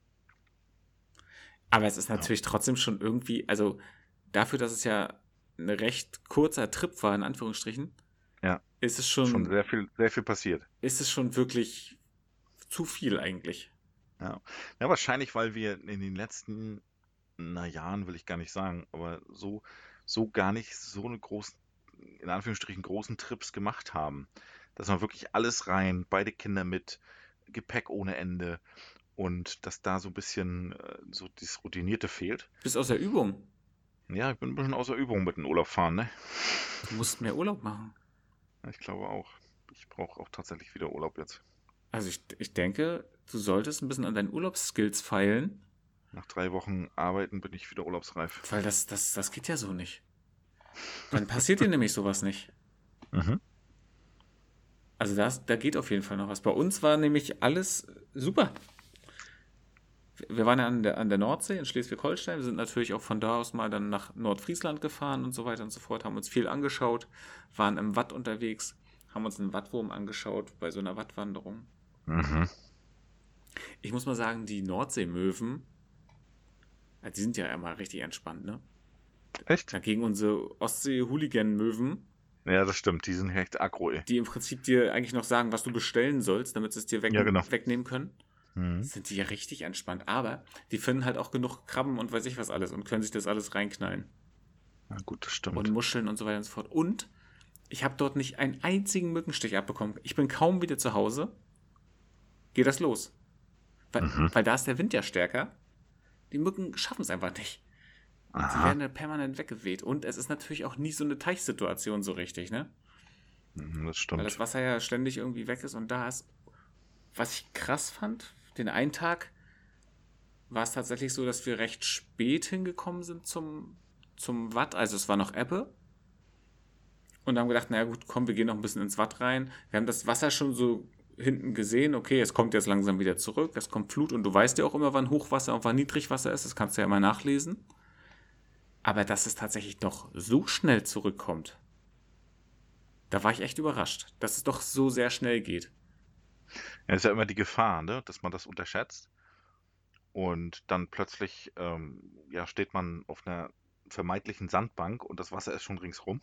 Aber es ist Ja, natürlich trotzdem schon irgendwie, also dafür, dass es ja ein recht kurzer Trip war, in Anführungsstrichen, ja, ist es schon schon, sehr viel, sehr viel passiert. ist es schon wirklich zu viel eigentlich. Ja. Ja, wahrscheinlich, weil wir in den letzten, na Jahren will ich gar nicht sagen, aber so, so gar nicht so eine großen, in Anführungsstrichen großen Trips gemacht haben. Dass man wirklich alles rein, beide Kinder mit, Gepäck ohne Ende und dass da so ein bisschen äh, so das Routinierte fehlt. Bist aus der Übung. Ja, ich bin ein bisschen außer Übung mit dem Urlaub fahren, ne? Du musst mehr Urlaub machen. Ja, ich glaube auch. Ich brauche auch tatsächlich wieder Urlaub jetzt. Also ich, ich denke, du solltest ein bisschen an deinen Urlaubsskills feilen, Nach drei Wochen Arbeiten bin ich wieder urlaubsreif. weil das, das, das geht ja so nicht. Dann passiert dir nämlich sowas nicht. Mhm. Also das, da geht auf jeden Fall noch was. Bei uns war nämlich alles super. Wir waren ja an der, an der Nordsee in Schleswig-Holstein. Wir sind natürlich auch von da aus mal dann nach Nordfriesland gefahren und so weiter und so fort. Haben uns viel angeschaut, waren im Watt unterwegs, haben uns einen Wattwurm angeschaut bei so einer Wattwanderung. Mhm. Ich muss mal sagen, die Nordseemöwen, ja, die sind ja immer richtig entspannt, ne? Echt? Dagegen unsere Ostsee-Hooligan-Möwen, Ja, das stimmt. Die sind echt aggro, ey. die im Prinzip dir eigentlich noch sagen, was du bestellen sollst, damit sie es dir weg, Ja, genau. wegnehmen können, Mhm. sind die ja richtig entspannt. Aber die finden halt auch genug Krabben und weiß ich was alles und können sich das alles reinknallen. Na gut, das Und stimmt. Muscheln und so weiter und so fort. Und ich habe dort nicht einen einzigen Mückenstich abbekommen. Ich bin kaum wieder zu Hause. Geht das los. Weil, Mhm. weil da ist der Wind ja stärker. Die Mücken schaffen es einfach nicht. Und die Aha. werden dann permanent weggeweht. Und es ist natürlich auch nie so eine Teichsituation so richtig, ne? Mhm, das Weil das stimmt. Wasser ja ständig irgendwie weg ist und da ist. Was ich krass fand, den einen Tag war es tatsächlich so, dass wir recht spät hingekommen sind zum, zum Watt. Also es war noch Ebbe. Und haben gedacht, naja gut, komm, wir gehen noch ein bisschen ins Watt rein. Wir haben das Wasser schon so hinten gesehen, okay, es kommt jetzt langsam wieder zurück, es kommt Flut und du weißt ja auch immer, wann Hochwasser und wann Niedrigwasser ist, das kannst du ja immer nachlesen. Aber dass es tatsächlich noch so schnell zurückkommt, da war ich echt überrascht, dass es doch so sehr schnell geht. Ja, ist ja immer die Gefahr, ne, dass man das unterschätzt und dann plötzlich ähm, ja, steht man auf einer vermeintlichen Sandbank und das Wasser ist schon ringsrum.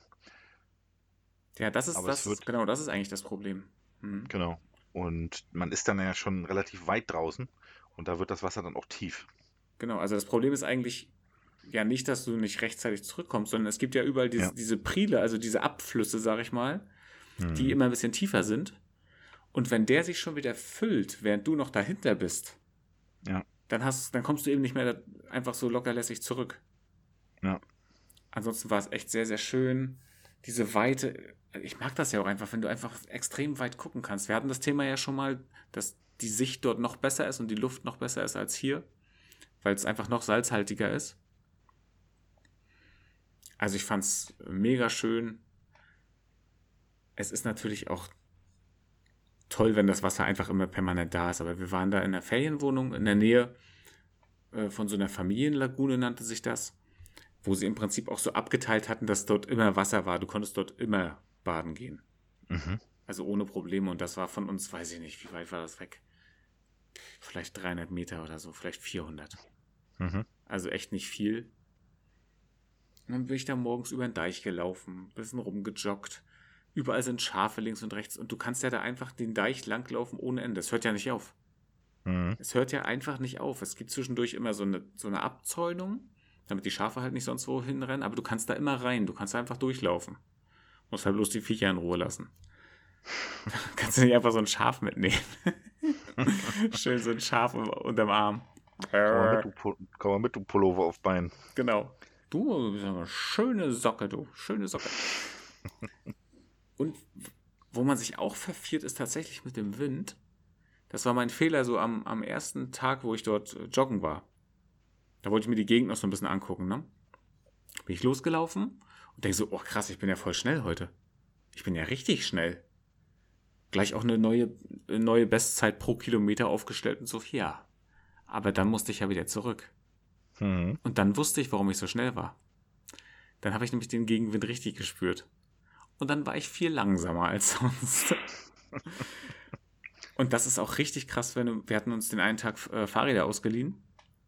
Ja, das ist, Aber es das, wird, genau, das ist eigentlich das Problem. Hm. genau. Und man ist dann ja schon relativ weit draußen und da wird das Wasser dann auch tief. Genau, also das Problem ist eigentlich ja nicht, dass du nicht rechtzeitig zurückkommst, sondern es gibt ja überall Ja. diese, diese Priele, also diese Abflüsse, sag ich mal, die Mhm. immer ein bisschen tiefer sind. Und wenn der sich schon wieder füllt, während du noch dahinter bist, Ja, dann, hast, dann kommst du eben nicht mehr da einfach so lockerlässig zurück. ja. Ansonsten war es echt sehr, sehr schön. Diese Weite, ich mag das ja auch einfach, wenn du einfach extrem weit gucken kannst. Wir hatten das Thema ja schon mal, dass die Sicht dort noch besser ist und die Luft noch besser ist als hier, weil es einfach noch salzhaltiger ist. Also ich fand es mega schön. Es ist natürlich auch toll, wenn das Wasser einfach immer permanent da ist. Aber wir waren da in einer Ferienwohnung in der Nähe äh, von so einer Familienlagune, nannte sich das, wo sie im Prinzip auch so abgeteilt hatten, dass dort immer Wasser war. Du konntest dort immer baden gehen. Mhm. Also ohne Probleme. Und das war von uns, weiß ich nicht, wie weit war das weg? Vielleicht dreihundert Meter oder so, vielleicht vierhundert. Mhm. Also echt nicht viel. Und dann bin ich da morgens über den Deich gelaufen, bisschen rumgejoggt. Überall sind Schafe links und rechts und du kannst ja da einfach den Deich langlaufen ohne Ende. Es hört ja nicht auf. Mhm. Es hört ja einfach nicht auf. Es gibt zwischendurch immer so eine, so eine Abzäunung, damit die Schafe halt nicht sonst wo hinrennen, aber du kannst da immer rein. Du kannst da einfach durchlaufen. Musst halt bloß die Viecher in Ruhe lassen. Kannst du nicht einfach so ein Schaf mitnehmen. Schön so ein Schaf unterm Arm. Komm mal mit, du, Pu- komm mal mit, du Pullover auf Bein. Genau. Du bist aber eine schöne Socke, du. Schöne Socke. Und wo man sich auch verfiert, ist tatsächlich mit dem Wind. Das war mein Fehler so am, am ersten Tag, wo ich dort äh, joggen war. Da wollte ich mir die Gegend noch so ein bisschen angucken, ne? Bin ich losgelaufen und denke so, oh krass, ich bin ja voll schnell heute. Ich bin ja richtig schnell. Gleich auch eine neue, neue Bestzeit pro Kilometer aufgestellt und so, ja. Aber dann musste ich ja wieder zurück. Mhm. Und dann wusste ich, warum ich so schnell war. Dann habe ich nämlich den Gegenwind richtig gespürt. Und dann war ich viel langsamer als sonst. Und das ist auch richtig krass, wenn du, wir hatten uns den einen Tag äh, Fahrräder ausgeliehen.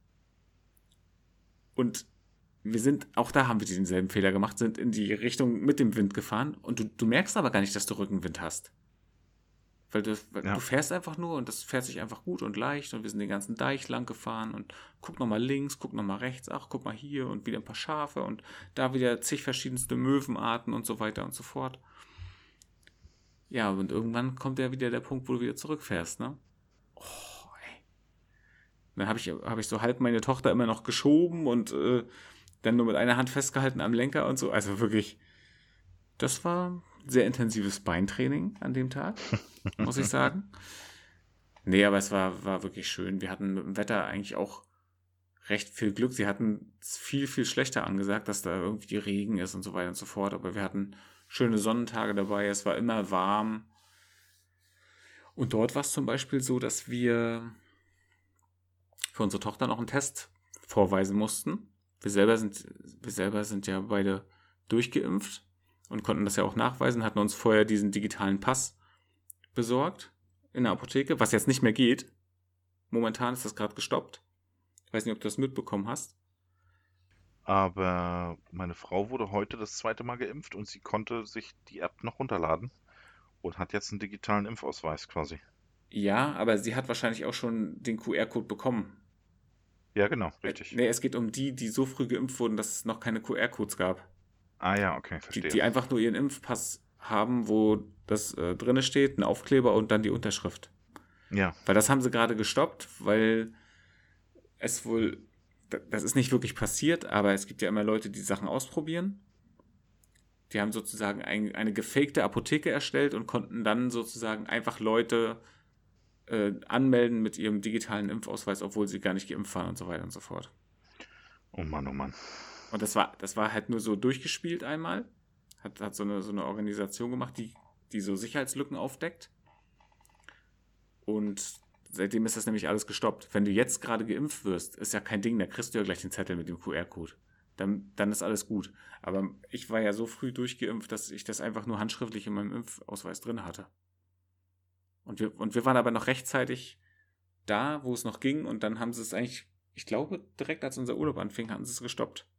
Und wir sind, auch da haben wir denselben Fehler gemacht, sind in die Richtung mit dem Wind gefahren. Und du, du merkst aber gar nicht, dass du Rückenwind hast. Weil du, weil Ja. du fährst einfach nur und das fährt sich einfach gut und leicht. Und wir sind den ganzen Deich lang gefahren und guck nochmal links, guck nochmal rechts, ach, guck mal hier und wieder ein paar Schafe und da wieder zig verschiedenste Möwenarten und so weiter und so fort. Ja, und irgendwann kommt ja wieder der Punkt, wo du wieder zurückfährst, ne? Oh, ey. Dann habe ich, hab ich so halb meine Tochter immer noch geschoben und äh, dann nur mit einer Hand festgehalten am Lenker und so. Also wirklich, das war sehr intensives Beintraining an dem Tag, muss ich sagen. Nee, aber es war, war wirklich schön. Wir hatten mit dem Wetter eigentlich auch recht viel Glück. Sie hatten es viel, viel schlechter angesagt, dass da irgendwie Regen ist und so weiter und so fort. Aber wir hatten schöne Sonnentage dabei. Es war immer warm. Und dort war es zum Beispiel so, dass wir für unsere Tochter noch einen Test vorweisen mussten. Wir selber sind, wir selber sind ja beide durchgeimpft und konnten das ja auch nachweisen, hatten uns vorher diesen digitalen Pass besorgt in der Apotheke, was jetzt nicht mehr geht. Momentan ist das gerade gestoppt. Ich weiß nicht, ob du das mitbekommen hast. Aber meine Frau wurde heute das zweite Mal geimpft und sie konnte sich die App noch runterladen und hat jetzt einen digitalen Impfausweis quasi. Ja, aber sie hat wahrscheinlich auch schon den Q R-Code bekommen. Ja, genau, Äh, richtig. nee, es geht um die, die so früh geimpft wurden, dass es noch keine Q R-Codes gab. Ah ja, okay, Die, verstehe. die einfach nur ihren Impfpass haben, wo das äh, drinne steht, ein Aufkleber und dann die Unterschrift. Ja, Weil das haben sie gerade gestoppt, weil es wohl, das ist nicht wirklich passiert, aber es gibt ja immer Leute, die Sachen ausprobieren. Die haben sozusagen ein, eine gefakte Apotheke erstellt und konnten dann sozusagen einfach Leute äh, anmelden mit ihrem digitalen Impfausweis, obwohl sie gar nicht geimpft waren und so weiter und so fort. oh Mann, oh Mann. Und das war, das war halt nur so durchgespielt einmal. Hat, hat so, eine, so eine Organisation gemacht, die, die so Sicherheitslücken aufdeckt. Und seitdem ist das nämlich alles gestoppt. Wenn du jetzt gerade geimpft wirst, ist ja kein Ding, da kriegst du ja gleich den Zettel mit dem Q R-Code. Dann, dann ist alles gut. Aber ich war ja so früh durchgeimpft, dass ich das einfach nur handschriftlich in meinem Impfausweis drin hatte. Und wir, und wir waren aber noch rechtzeitig da, wo es noch ging. Und dann haben sie es eigentlich, ich glaube, direkt als unser Urlaub anfing, hatten sie es gestoppt.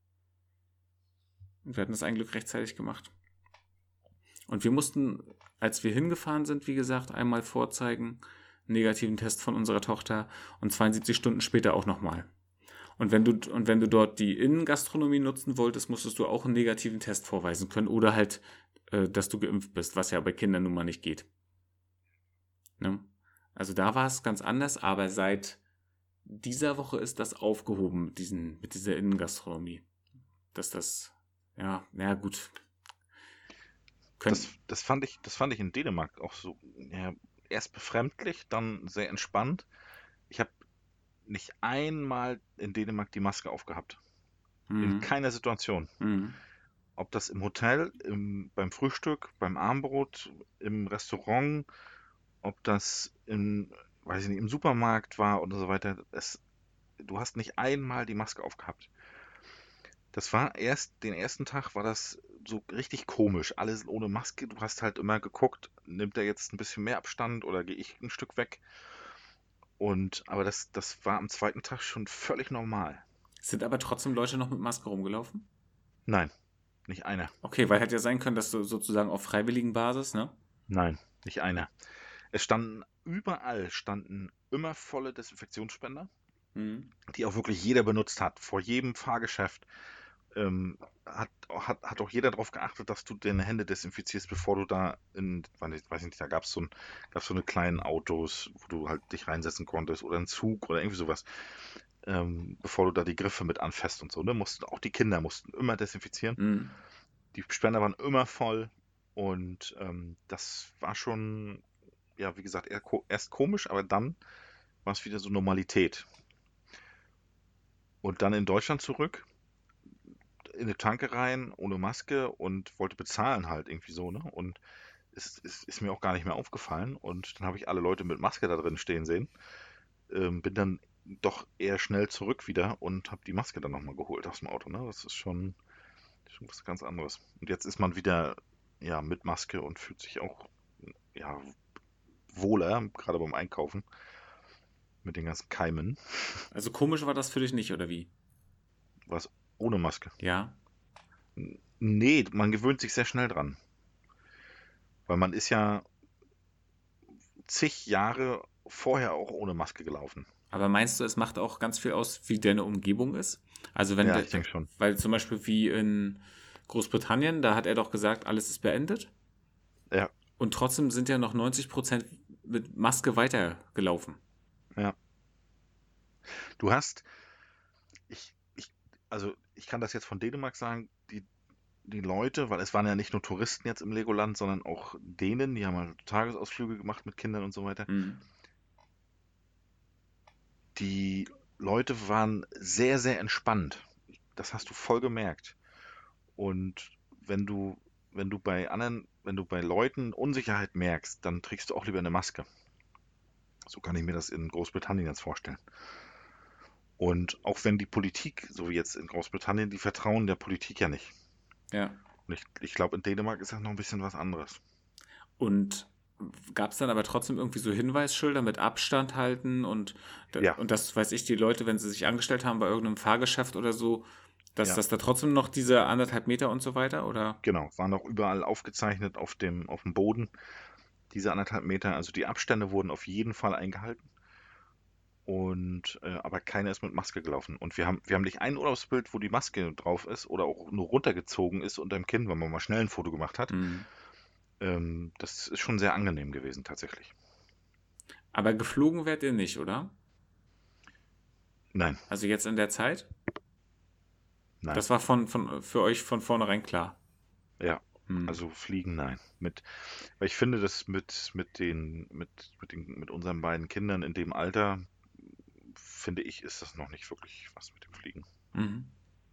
Und wir hatten das ein Glück rechtzeitig gemacht. Und wir mussten, als wir hingefahren sind, wie gesagt, einmal vorzeigen, negativen Test von unserer Tochter und zweiundsiebzig Stunden später auch nochmal. Und wenn du, und wenn du dort die Innengastronomie nutzen wolltest, musstest du auch einen negativen Test vorweisen können oder halt, äh, dass du geimpft bist, was ja bei Kindern nun mal nicht geht. Ne? Also da war es ganz anders, aber seit dieser Woche ist das aufgehoben mit, diesen, mit dieser Innengastronomie. Dass das, ja, na gut. Das, das, fand ich, das fand ich in Dänemark auch so, ja, erst befremdlich, dann sehr entspannt. Ich habe nicht einmal in Dänemark die Maske aufgehabt. In Mhm. keiner Situation. Mhm. Ob das im Hotel, im, beim Frühstück, beim Abendbrot, im Restaurant, ob das in, weiß ich nicht, im Supermarkt war oder so weiter. Es, du hast nicht einmal die Maske aufgehabt. Das war erst, den ersten Tag war das so richtig komisch. Alle sind ohne Maske. Du hast halt immer geguckt, nimmt er jetzt ein bisschen mehr Abstand oder gehe ich ein Stück weg? Und, aber das, das war am zweiten Tag schon völlig normal. Sind aber trotzdem Leute noch mit Maske rumgelaufen? Nein, nicht einer. Okay, weil hätte ja sein können, dass du sozusagen auf freiwilligen Basis, ne? Nein, nicht einer. Es standen überall standen immer volle Desinfektionsspender, Mhm. die auch wirklich jeder benutzt hat. Vor jedem Fahrgeschäft ähm, hat, hat, hat auch jeder darauf geachtet, dass du deine Hände desinfizierst, bevor du da in, weiß nicht, da gab es so, ein, gab's so eine kleinen Autos, wo du halt dich reinsetzen konntest oder einen Zug oder irgendwie sowas, ähm, bevor du da die Griffe mit anfasst und so. Ne? Mussten, auch die Kinder mussten immer desinfizieren. Mhm. Die Spender waren immer voll und ähm, das war schon, ja, wie gesagt, eher, erst komisch, aber dann war es wieder so Normalität. Und dann in Deutschland zurück, in eine Tanke rein, ohne Maske und wollte bezahlen halt irgendwie so, ne? Und es, es ist mir auch gar nicht mehr aufgefallen. Und dann habe ich alle Leute mit Maske da drin stehen sehen. Ähm, bin dann doch eher schnell zurück wieder und habe die Maske dann nochmal geholt aus dem Auto, ne? Das ist schon, schon was ganz anderes. Und jetzt ist man wieder, ja, mit Maske und fühlt sich auch, ja, wohler, gerade beim Einkaufen, mit den ganzen Keimen. Also komisch war das für dich nicht, oder wie? Was ohne Maske. Ja. Nee, man gewöhnt sich sehr schnell dran. Weil man ist ja zig Jahre vorher auch ohne Maske gelaufen. Aber meinst du, es macht auch ganz viel aus, wie deine Umgebung ist? Also wenn Ja, der, ich denke schon. weil zum Beispiel wie in Großbritannien, da hat er doch gesagt, alles ist beendet. Ja, Und trotzdem sind ja noch neunzig Prozent mit Maske weitergelaufen. ja. Du hast, ich, ich, also ich kann das jetzt von Dänemark sagen, die, die Leute, weil es waren ja nicht nur Touristen jetzt im Legoland, sondern auch Dänen, die haben halt Tagesausflüge gemacht mit Kindern und so weiter. Mhm. Die Leute waren sehr, sehr entspannt. Das hast du voll gemerkt. Und wenn du, wenn du bei anderen, wenn du bei Leuten Unsicherheit merkst, dann trägst du auch lieber eine Maske. So kann ich mir das in Großbritannien jetzt vorstellen. Und auch wenn die Politik, so wie jetzt in Großbritannien, die vertrauen der Politik ja nicht. Ja. Und ich, ich glaube, in Dänemark ist das noch ein bisschen was anderes. Und gab es dann aber trotzdem irgendwie so Hinweisschilder mit Abstand halten und, Ja, und das weiß ich, die Leute, wenn sie sich angestellt haben bei irgendeinem Fahrgeschäft oder so, Dass, Ja. dass da trotzdem noch diese anderthalb Meter und so weiter, oder? Genau, waren auch überall aufgezeichnet auf dem, auf dem Boden, diese anderthalb Meter. Also die Abstände wurden auf jeden Fall eingehalten. Und äh, aber keiner ist mit Maske gelaufen. Und wir haben, wir haben nicht ein Urlaubsbild, wo die Maske drauf ist oder auch nur runtergezogen ist unterm Kinn, wenn man mal schnell ein Foto gemacht hat. Mhm. Ähm, das ist schon sehr angenehm gewesen, tatsächlich. Aber geflogen wärt ihr nicht, oder? Nein, Also jetzt in der Zeit? nein. Das war von, von, für euch von vornherein klar. Ja, Hm. also fliegen, nein. Mit, weil ich finde, dass mit, mit den, mit, mit den, mit unseren beiden Kindern in dem Alter, finde ich, ist das noch nicht wirklich was mit dem Fliegen. Mhm.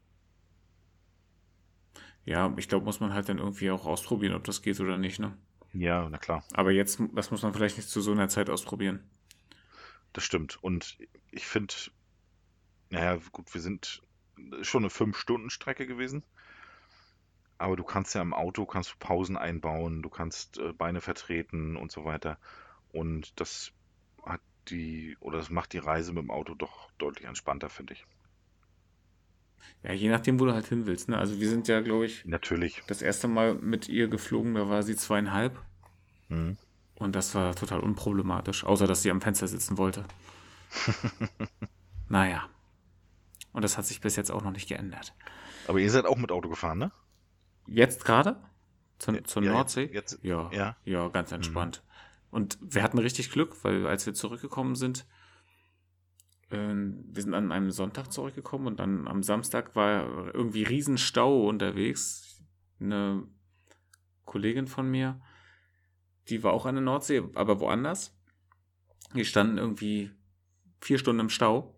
Ja, ich glaube, muss man halt dann irgendwie auch ausprobieren, ob das geht oder nicht, ne? Ja, na klar, Aber jetzt, das muss man vielleicht nicht zu so einer Zeit ausprobieren. das stimmt. Und ich finde, naja, gut, wir sind schon eine Fünf-Stunden-Strecke gewesen. Aber du kannst ja im Auto kannst du Pausen einbauen, du kannst äh, Beine vertreten und so weiter. Und das hat die, oder das macht die Reise mit dem Auto doch deutlich entspannter, finde ich. Ja, je nachdem, wo du halt hin willst, ne? Also wir sind ja, glaube ich, Natürlich. das erste Mal mit ihr geflogen, da war sie zweieinhalb. Mhm. Und das war total unproblematisch, außer dass sie am Fenster sitzen wollte. Naja. Und das hat sich bis jetzt auch noch nicht geändert. Aber ihr seid auch mit Auto gefahren, ne? Jetzt gerade? Ja, Zur, zur ja, jetzt, Nordsee? jetzt, Ja, ja. ja, ganz Mhm. entspannt. Und wir hatten richtig Glück, weil als wir zurückgekommen sind, äh, wir sind an einem Sonntag zurückgekommen und dann am Samstag war irgendwie Riesenstau unterwegs. Eine Kollegin von mir, die war auch an der Nordsee, aber woanders. Die standen irgendwie vier Stunden im Stau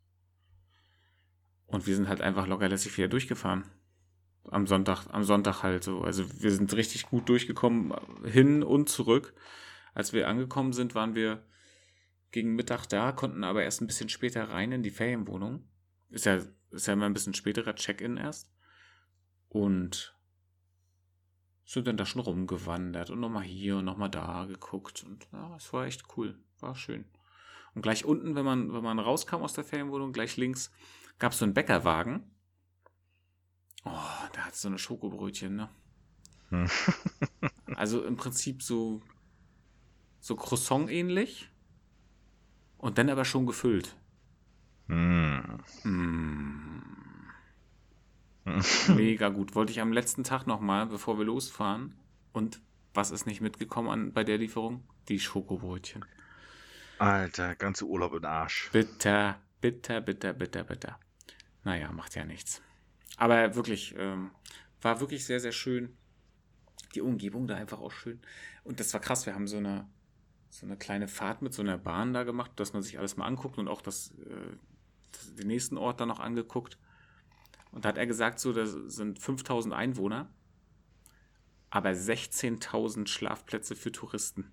und wir sind halt einfach lockerlässig wieder durchgefahren. Am Sonntag, am Sonntag halt so. Also wir sind richtig gut durchgekommen, hin und zurück. Als wir angekommen sind, waren wir gegen Mittag da, konnten aber erst ein bisschen später rein in die Ferienwohnung. Ist ja, ist ja immer ein bisschen späterer Check-in erst. Und sind dann da schon rumgewandert und nochmal hier und nochmal da geguckt. Und ja, es war echt cool. War schön. Und gleich unten, wenn man, wenn man rauskam aus der Ferienwohnung, gleich links, gab es so einen Bäckerwagen. Oh, da hat so eine Schokobrötchen, ne? Hm. Also im Prinzip so, so Croissant-ähnlich und dann aber schon gefüllt. Hm. Mm, mega gut. Wollte ich am letzten Tag nochmal, bevor wir losfahren. Und was ist nicht mitgekommen an, bei der Lieferung? Die Schokobrötchen. Alter, ganze Urlaub in Arsch. Bitter, bitter, bitter, bitter, bitter. Naja, macht ja nichts. Aber wirklich, ähm, war wirklich sehr, sehr schön. Die Umgebung da einfach auch schön. Und das war krass, wir haben so eine, so eine kleine Fahrt mit so einer Bahn da gemacht, dass man sich alles mal anguckt und auch das, äh, das, den nächsten Ort dann noch angeguckt. Und da hat er gesagt, so, da sind fünftausend Einwohner, aber sechzehntausend Schlafplätze für Touristen.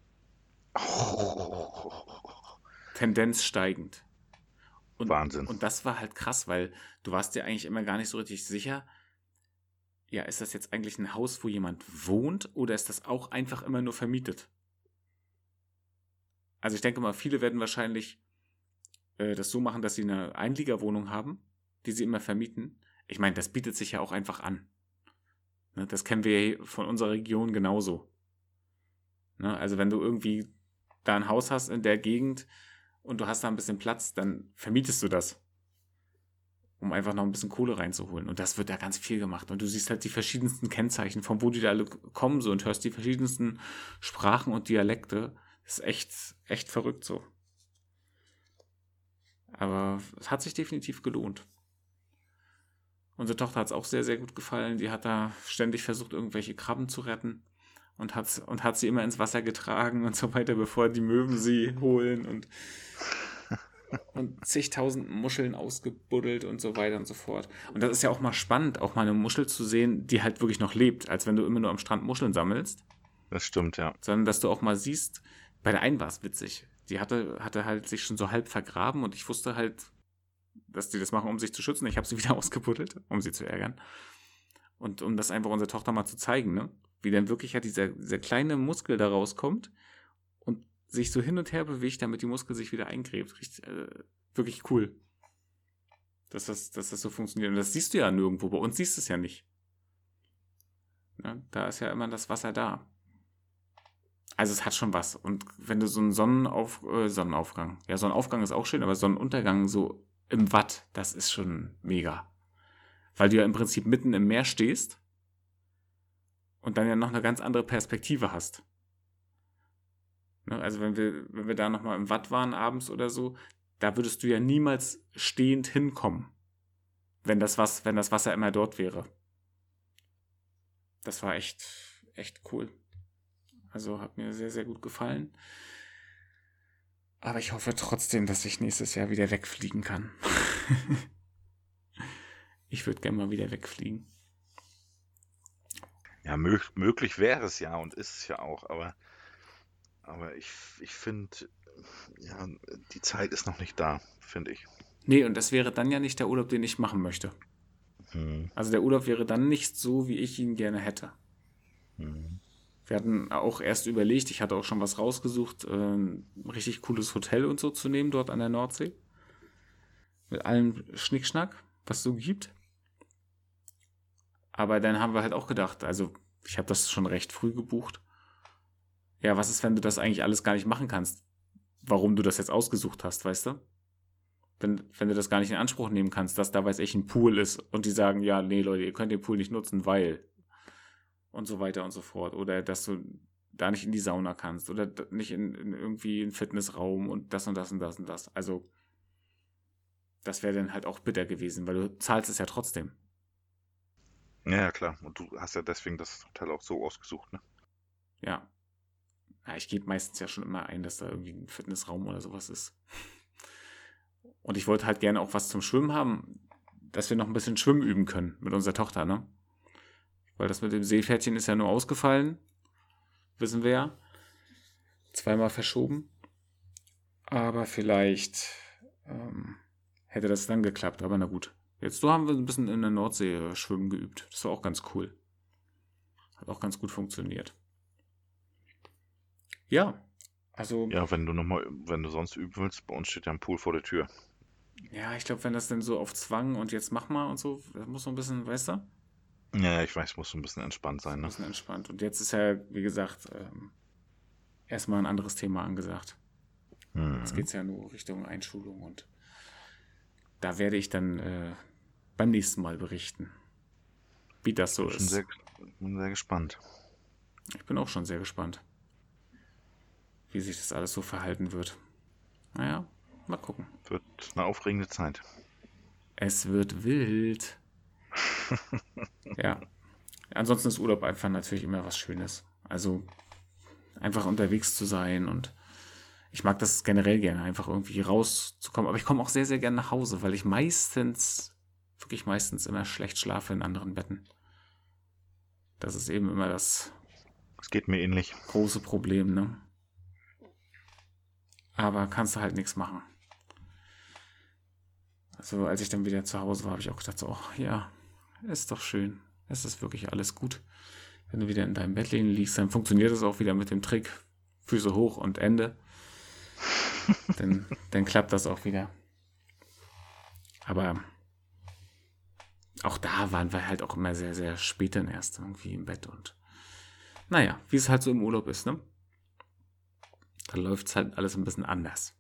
Oh, Tendenz steigend. Und, Wahnsinn. und das war halt krass, weil du warst dir eigentlich immer gar nicht so richtig sicher, ja, ist das jetzt eigentlich ein Haus, wo jemand wohnt oder ist das auch einfach immer nur vermietet? Also ich denke mal, viele werden wahrscheinlich äh, das so machen, dass sie eine Einliegerwohnung haben, die sie immer vermieten. Ich meine, das bietet sich ja auch einfach an. Ne, das kennen wir ja von unserer Region genauso. Ne, also wenn du irgendwie da ein Haus hast in der Gegend und du hast da ein bisschen Platz, dann vermietest du das, um einfach noch ein bisschen Kohle reinzuholen. Und das wird da ganz viel gemacht. Und du siehst halt die verschiedensten Kennzeichen, von wo die da alle kommen so und hörst die verschiedensten Sprachen und Dialekte. Das ist echt, echt verrückt so. Aber es hat sich definitiv gelohnt. Unsere Tochter hat es auch sehr, sehr gut gefallen. Die hat da ständig versucht, irgendwelche Krabben zu retten und hat, und hat sie immer ins Wasser getragen und so weiter, bevor die Möwen sie holen und, und zigtausend Muscheln ausgebuddelt und so weiter und so fort. Und das ist ja auch mal spannend, auch mal eine Muschel zu sehen, die halt wirklich noch lebt, als wenn du immer nur am Strand Muscheln sammelst. Das stimmt, ja. Sondern dass du auch mal siehst, bei der einen war es witzig. Die hatte, hatte halt sich schon so halb vergraben und ich wusste halt, dass die das machen, um sich zu schützen. Ich habe sie wieder ausgebuddelt, um sie zu ärgern. Und um das einfach unserer Tochter mal zu zeigen, ne? Wie dann wirklich ja dieser, dieser kleine Muskel da rauskommt und sich so hin und her bewegt, damit die Muskel sich wieder eingräbt. Richtig, äh, wirklich cool. dass das, dass das so funktioniert. Und das siehst du ja nirgendwo. Bei uns siehst du es ja nicht. Ja, da ist ja immer das Wasser da. Also es hat schon was. Und wenn du so einen Sonnenauf, äh, Sonnenaufgang, ja, Sonnenaufgang ist auch schön, aber Sonnenuntergang so im Watt, das ist schon mega. Weil du ja im Prinzip mitten im Meer stehst und dann ja noch eine ganz andere Perspektive hast. Ne, also wenn wir, wenn wir da nochmal im Watt waren abends oder so, da würdest du ja niemals stehend hinkommen, wenn das, was, wenn das Wasser immer dort wäre. Das war echt, echt cool. Also hat mir sehr, sehr gut gefallen. Aber ich hoffe trotzdem, dass ich nächstes Jahr wieder wegfliegen kann. Ich würde gerne mal wieder wegfliegen. Ja, mög möglich wäre es ja und ist es ja auch, aber, aber ich, ich finde, ja, die Zeit ist noch nicht da, finde ich. Nee, und das wäre dann ja nicht der Urlaub, den ich machen möchte. Hm. Also der Urlaub wäre dann nicht so, wie ich ihn gerne hätte. Hm. Wir hatten auch erst überlegt, ich hatte auch schon was rausgesucht, ein richtig cooles Hotel und so zu nehmen dort an der Nordsee. Mit allem Schnickschnack, was es so gibt. Aber dann haben wir halt auch gedacht, also ich habe das schon recht früh gebucht. Ja, was ist, wenn du das eigentlich alles gar nicht machen kannst? Warum du das jetzt ausgesucht hast, weißt du? Wenn, wenn du das gar nicht in Anspruch nehmen kannst, dass da, weiß ich, ein Pool ist und die sagen, ja, nee, Leute, ihr könnt den Pool nicht nutzen, weil und so weiter und so fort. Oder dass du da nicht in die Sauna kannst oder nicht in, in irgendwie einen Fitnessraum und das und das und das und das. Also das wäre dann halt auch bitter gewesen, weil du zahlst es ja trotzdem. Ja, ja, klar. Und du hast ja deswegen das Hotel auch so ausgesucht, ne? Ja. Ja, ich gebe meistens ja schon immer ein, dass da irgendwie ein Fitnessraum oder sowas ist. Und ich wollte halt gerne auch was zum Schwimmen haben, dass wir noch ein bisschen Schwimmen üben können mit unserer Tochter, ne? Weil das mit dem Seepferdchen ist ja nur ausgefallen. Wissen wir ja. Zweimal verschoben. Aber vielleicht ähm, hätte das dann geklappt. Aber na gut. Jetzt so haben wir ein bisschen in der Nordsee äh, schwimmen geübt. Das war auch ganz cool. Hat auch ganz gut funktioniert. Ja, also... Ja, wenn du noch mal, wenn du sonst üben willst, bei uns steht ja ein Pool vor der Tür. Ja, ich glaube, wenn das denn so auf Zwang und jetzt mach mal und so, das muss so ein bisschen, weißt du? Ja, ich weiß, muss so ein bisschen entspannt sein, Ein ne? bisschen entspannt. Und jetzt ist ja, wie gesagt, ähm, erstmal ein anderes Thema angesagt. Mhm. Jetzt geht es ja nur Richtung Einschulung und da werde ich dann äh, beim nächsten Mal berichten, wie das so Ich bin schon ist. sehr, bin sehr gespannt. Ich bin auch schon sehr gespannt, wie sich das alles so verhalten wird. Naja, mal gucken. Wird eine aufregende Zeit. Es wird wild. Ja. Ansonsten ist Urlaub einfach natürlich immer was Schönes. Also einfach unterwegs zu sein und ich mag das generell gerne, einfach irgendwie rauszukommen. Aber ich komme auch sehr, sehr gerne nach Hause, weil ich meistens, wirklich meistens immer schlecht schlafe in anderen Betten. Das ist eben immer das Es geht mir ähnlich. große Problem, ne? Aber kannst du halt nichts machen. Also als ich dann wieder zu Hause war, habe ich auch gedacht, so, oh, ja, ist doch schön. Es ist wirklich alles gut. Wenn du wieder in deinem Bett liegen liegst, dann funktioniert es auch wieder mit dem Trick Füße hoch und Ende. dann, dann klappt das auch wieder. Aber auch da waren wir halt auch immer sehr, sehr spät dann erst irgendwie im Bett. Und naja, wie es halt so im Urlaub ist, ne? Da läuft es halt alles ein bisschen anders.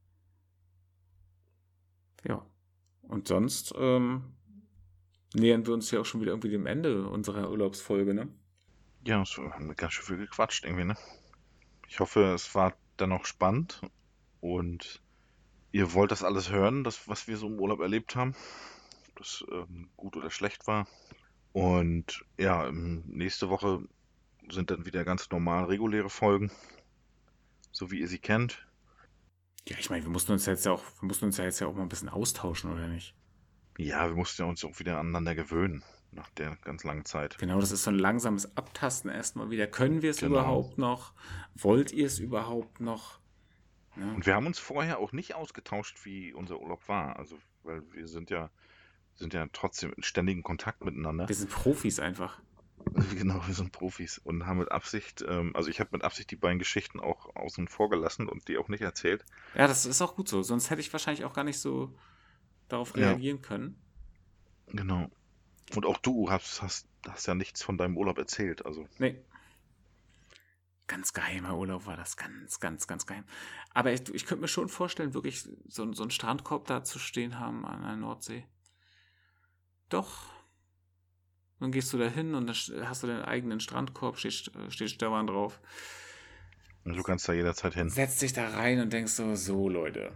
Ja. Und sonst ähm, nähern wir uns ja auch schon wieder irgendwie dem Ende unserer Urlaubsfolge, ne? Ja, so haben wir ganz schön viel gequatscht irgendwie, ne? Ich hoffe, es war dennoch spannend und ihr wollt das alles hören, das, was wir so im Urlaub erlebt haben, ob das ähm, gut oder schlecht war. Und ja, ähm, nächste Woche sind dann wieder ganz normal reguläre Folgen, so wie ihr sie kennt. Ja, ich meine, wir mussten uns jetzt ja auch, wir mussten uns ja jetzt ja auch mal ein bisschen austauschen, oder nicht? Ja, wir mussten ja uns auch wieder aneinander gewöhnen nach der ganz langen Zeit. Genau, das ist so ein langsames Abtasten erstmal wieder. Können wir es Genau. überhaupt noch? Wollt ihr es überhaupt noch? Ja. Und wir haben uns vorher auch nicht ausgetauscht, wie unser Urlaub war. Also, weil wir sind ja, sind ja trotzdem in ständigem Kontakt miteinander. Wir sind Profis einfach. Genau, wir sind Profis und haben mit Absicht, ähm, also ich habe mit Absicht die beiden Geschichten auch außen vor gelassen und die auch nicht erzählt. Ja, das ist auch gut so. Sonst hätte ich wahrscheinlich auch gar nicht so darauf Ja, reagieren können. genau. Und auch du hast, hast, hast ja nichts von deinem Urlaub erzählt. Also, Nee, ganz geheimer Urlaub war das. Ganz, ganz, ganz geheim. Aber ich, ich könnte mir schon vorstellen, wirklich so, so einen Strandkorb da zu stehen haben an der Nordsee. Doch. Dann gehst du da hin und dann st- hast du deinen eigenen Strandkorb, steht, steht Stefan drauf. du kannst da jederzeit hin. Setzt dich da rein und denkst so, so Leute.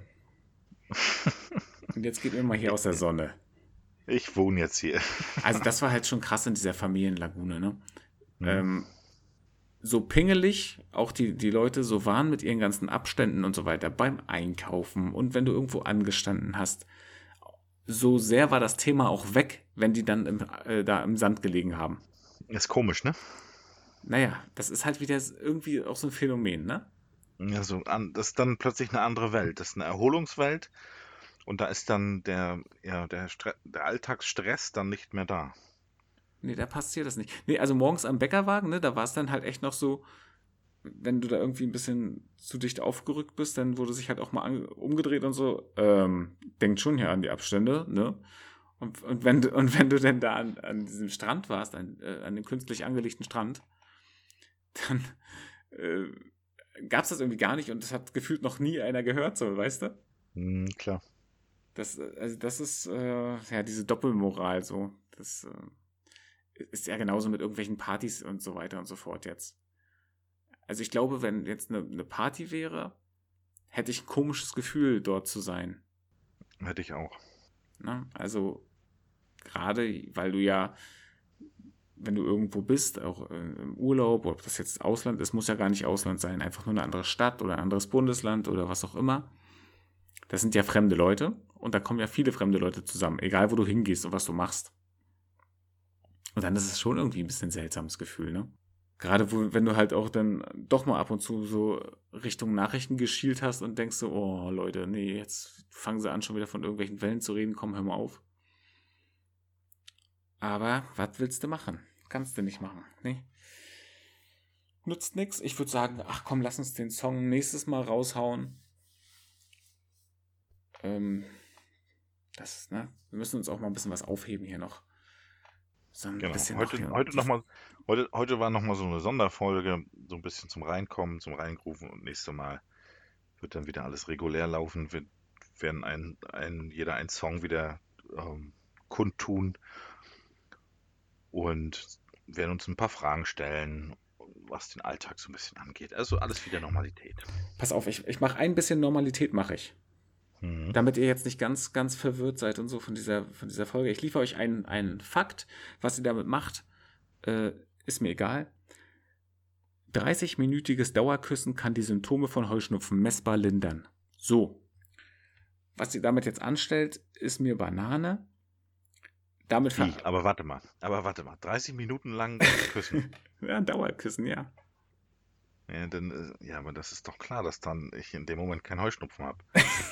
Und jetzt geht mir mal hier aus der Sonne. Ich wohne jetzt hier. Also das war halt schon krass in dieser Familienlagune, ne? Hm. Ähm, so pingelig auch die, die Leute so waren mit ihren ganzen Abständen und so weiter beim Einkaufen und wenn du irgendwo angestanden hast. So sehr war das Thema auch weg, wenn die dann im, äh, da im Sand gelegen haben. Ist komisch, ne? Naja, das ist halt wieder irgendwie auch so ein Phänomen, ne? Ja, so an, das ist dann plötzlich eine andere Welt. Das ist eine Erholungswelt und da ist dann der, ja, der, Stre der Alltagsstress dann nicht mehr da. Nee, da passiert das nicht. Nee, also morgens am Bäckerwagen, ne, da war es dann halt echt noch so, wenn du da irgendwie ein bisschen zu dicht aufgerückt bist, dann wurde sich halt auch mal an, umgedreht und so, ähm, denkt schon hier an die Abstände, ne? Und, und, wenn, du, und wenn du denn da an, an diesem Strand warst, an, äh, an dem künstlich angelegten Strand, dann äh, gab es das irgendwie gar nicht und das hat gefühlt noch nie einer gehört, so, weißt du? Hm, klar. Das, äh, also das ist, äh, ja, diese Doppelmoral so. Das äh, ist ja genauso mit irgendwelchen Partys und so weiter und so fort jetzt. Also ich glaube, wenn jetzt eine, eine Party wäre, hätte ich ein komisches Gefühl, dort zu sein. Hätte ich auch. Ne? Also gerade, weil du ja, wenn du irgendwo bist, auch äh, im Urlaub, ob das jetzt Ausland ist, muss ja gar nicht Ausland sein, einfach nur eine andere Stadt oder ein anderes Bundesland oder was auch immer. Das sind ja fremde Leute und da kommen ja viele fremde Leute zusammen, egal wo du hingehst und was du machst. Und dann ist es schon irgendwie ein bisschen ein seltsames Gefühl, ne? Gerade wo, wenn du halt auch dann doch mal ab und zu so Richtung Nachrichten geschielt hast und denkst so, oh Leute, nee, jetzt fangen sie an schon wieder von irgendwelchen Wellen zu reden, komm, hör mal auf. Aber was willst du machen? Kannst du nicht machen, ne? Nützt nix. Ich würde sagen, ach komm, lass uns den Song nächstes Mal raushauen. Ähm, das, ne? Wir müssen uns auch mal ein bisschen was aufheben hier noch. So ein Genau. bisschen Heute, noch hier. heute, noch mal, heute, heute war nochmal so eine Sonderfolge, so ein bisschen zum Reinkommen, zum Reingrufen und nächstes Mal wird dann wieder alles regulär laufen. Wir werden ein, ein, jeder einen Song wieder ähm, kundtun und werden uns ein paar Fragen stellen, was den Alltag so ein bisschen angeht. Also alles wieder Normalität. Pass auf, ich, ich mache ein bisschen Normalität, mache ich. Mhm. Damit ihr jetzt nicht ganz, ganz verwirrt seid und so von dieser, von dieser Folge. Ich liefere euch einen, einen Fakt. Was ihr damit macht, äh, ist mir egal. dreißig-minütiges Dauerküssen kann die Symptome von Heuschnupfen messbar lindern. So. Was ihr damit jetzt anstellt, ist mir Banane. Damit ver- Wie? Aber warte mal, aber warte mal, dreißig Minuten lang küssen. ja, Dauerküssen, ja. Ja, dann, äh, ja, aber das ist doch klar, dass dann ich in dem Moment keinen Heuschnupfen habe.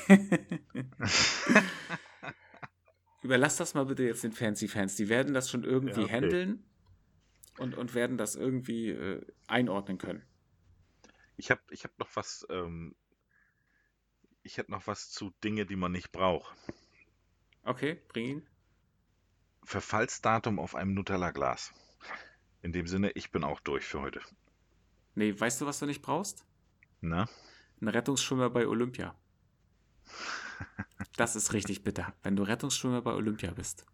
Überlass das mal bitte jetzt den Fancy-Fans. Die werden das schon irgendwie Ja, okay. handeln und, und werden das irgendwie äh, einordnen können. Ich habe ich hab noch was, ähm, ich hätte noch was zu Dinge, die man nicht braucht. Okay, bring ihn. Verfallsdatum auf einem Nutella-Glas. In dem Sinne, ich bin auch durch für heute. Nee, weißt du, was du nicht brauchst? Na? Ein Rettungsschwimmer bei Olympia. Das ist richtig bitter, wenn du Rettungsschwimmer bei Olympia bist.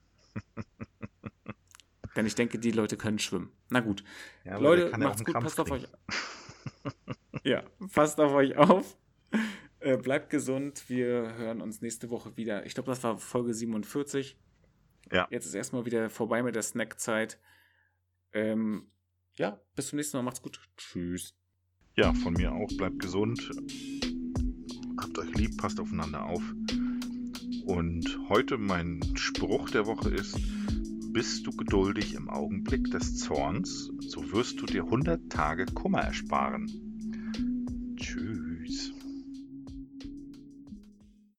Denn ich denke, die Leute können schwimmen. Na gut. Ja, aber der Leute, kann ja auch macht's einen gut, Krampf passt auf kriegen. euch. Ja, passt auf euch auf. Äh, bleibt gesund. Wir hören uns nächste Woche wieder. Ich glaube, das war Folge siebenundvierzig. Ja. Jetzt ist erstmal wieder vorbei mit der Snackzeit. Ähm, ja, bis zum nächsten Mal. Macht's gut. Tschüss. Ja, von mir auch. Bleibt gesund. Habt euch lieb, passt aufeinander auf. Und heute mein Spruch der Woche ist: Bist du geduldig im Augenblick des Zorns, so wirst du dir hundert Tage Kummer ersparen.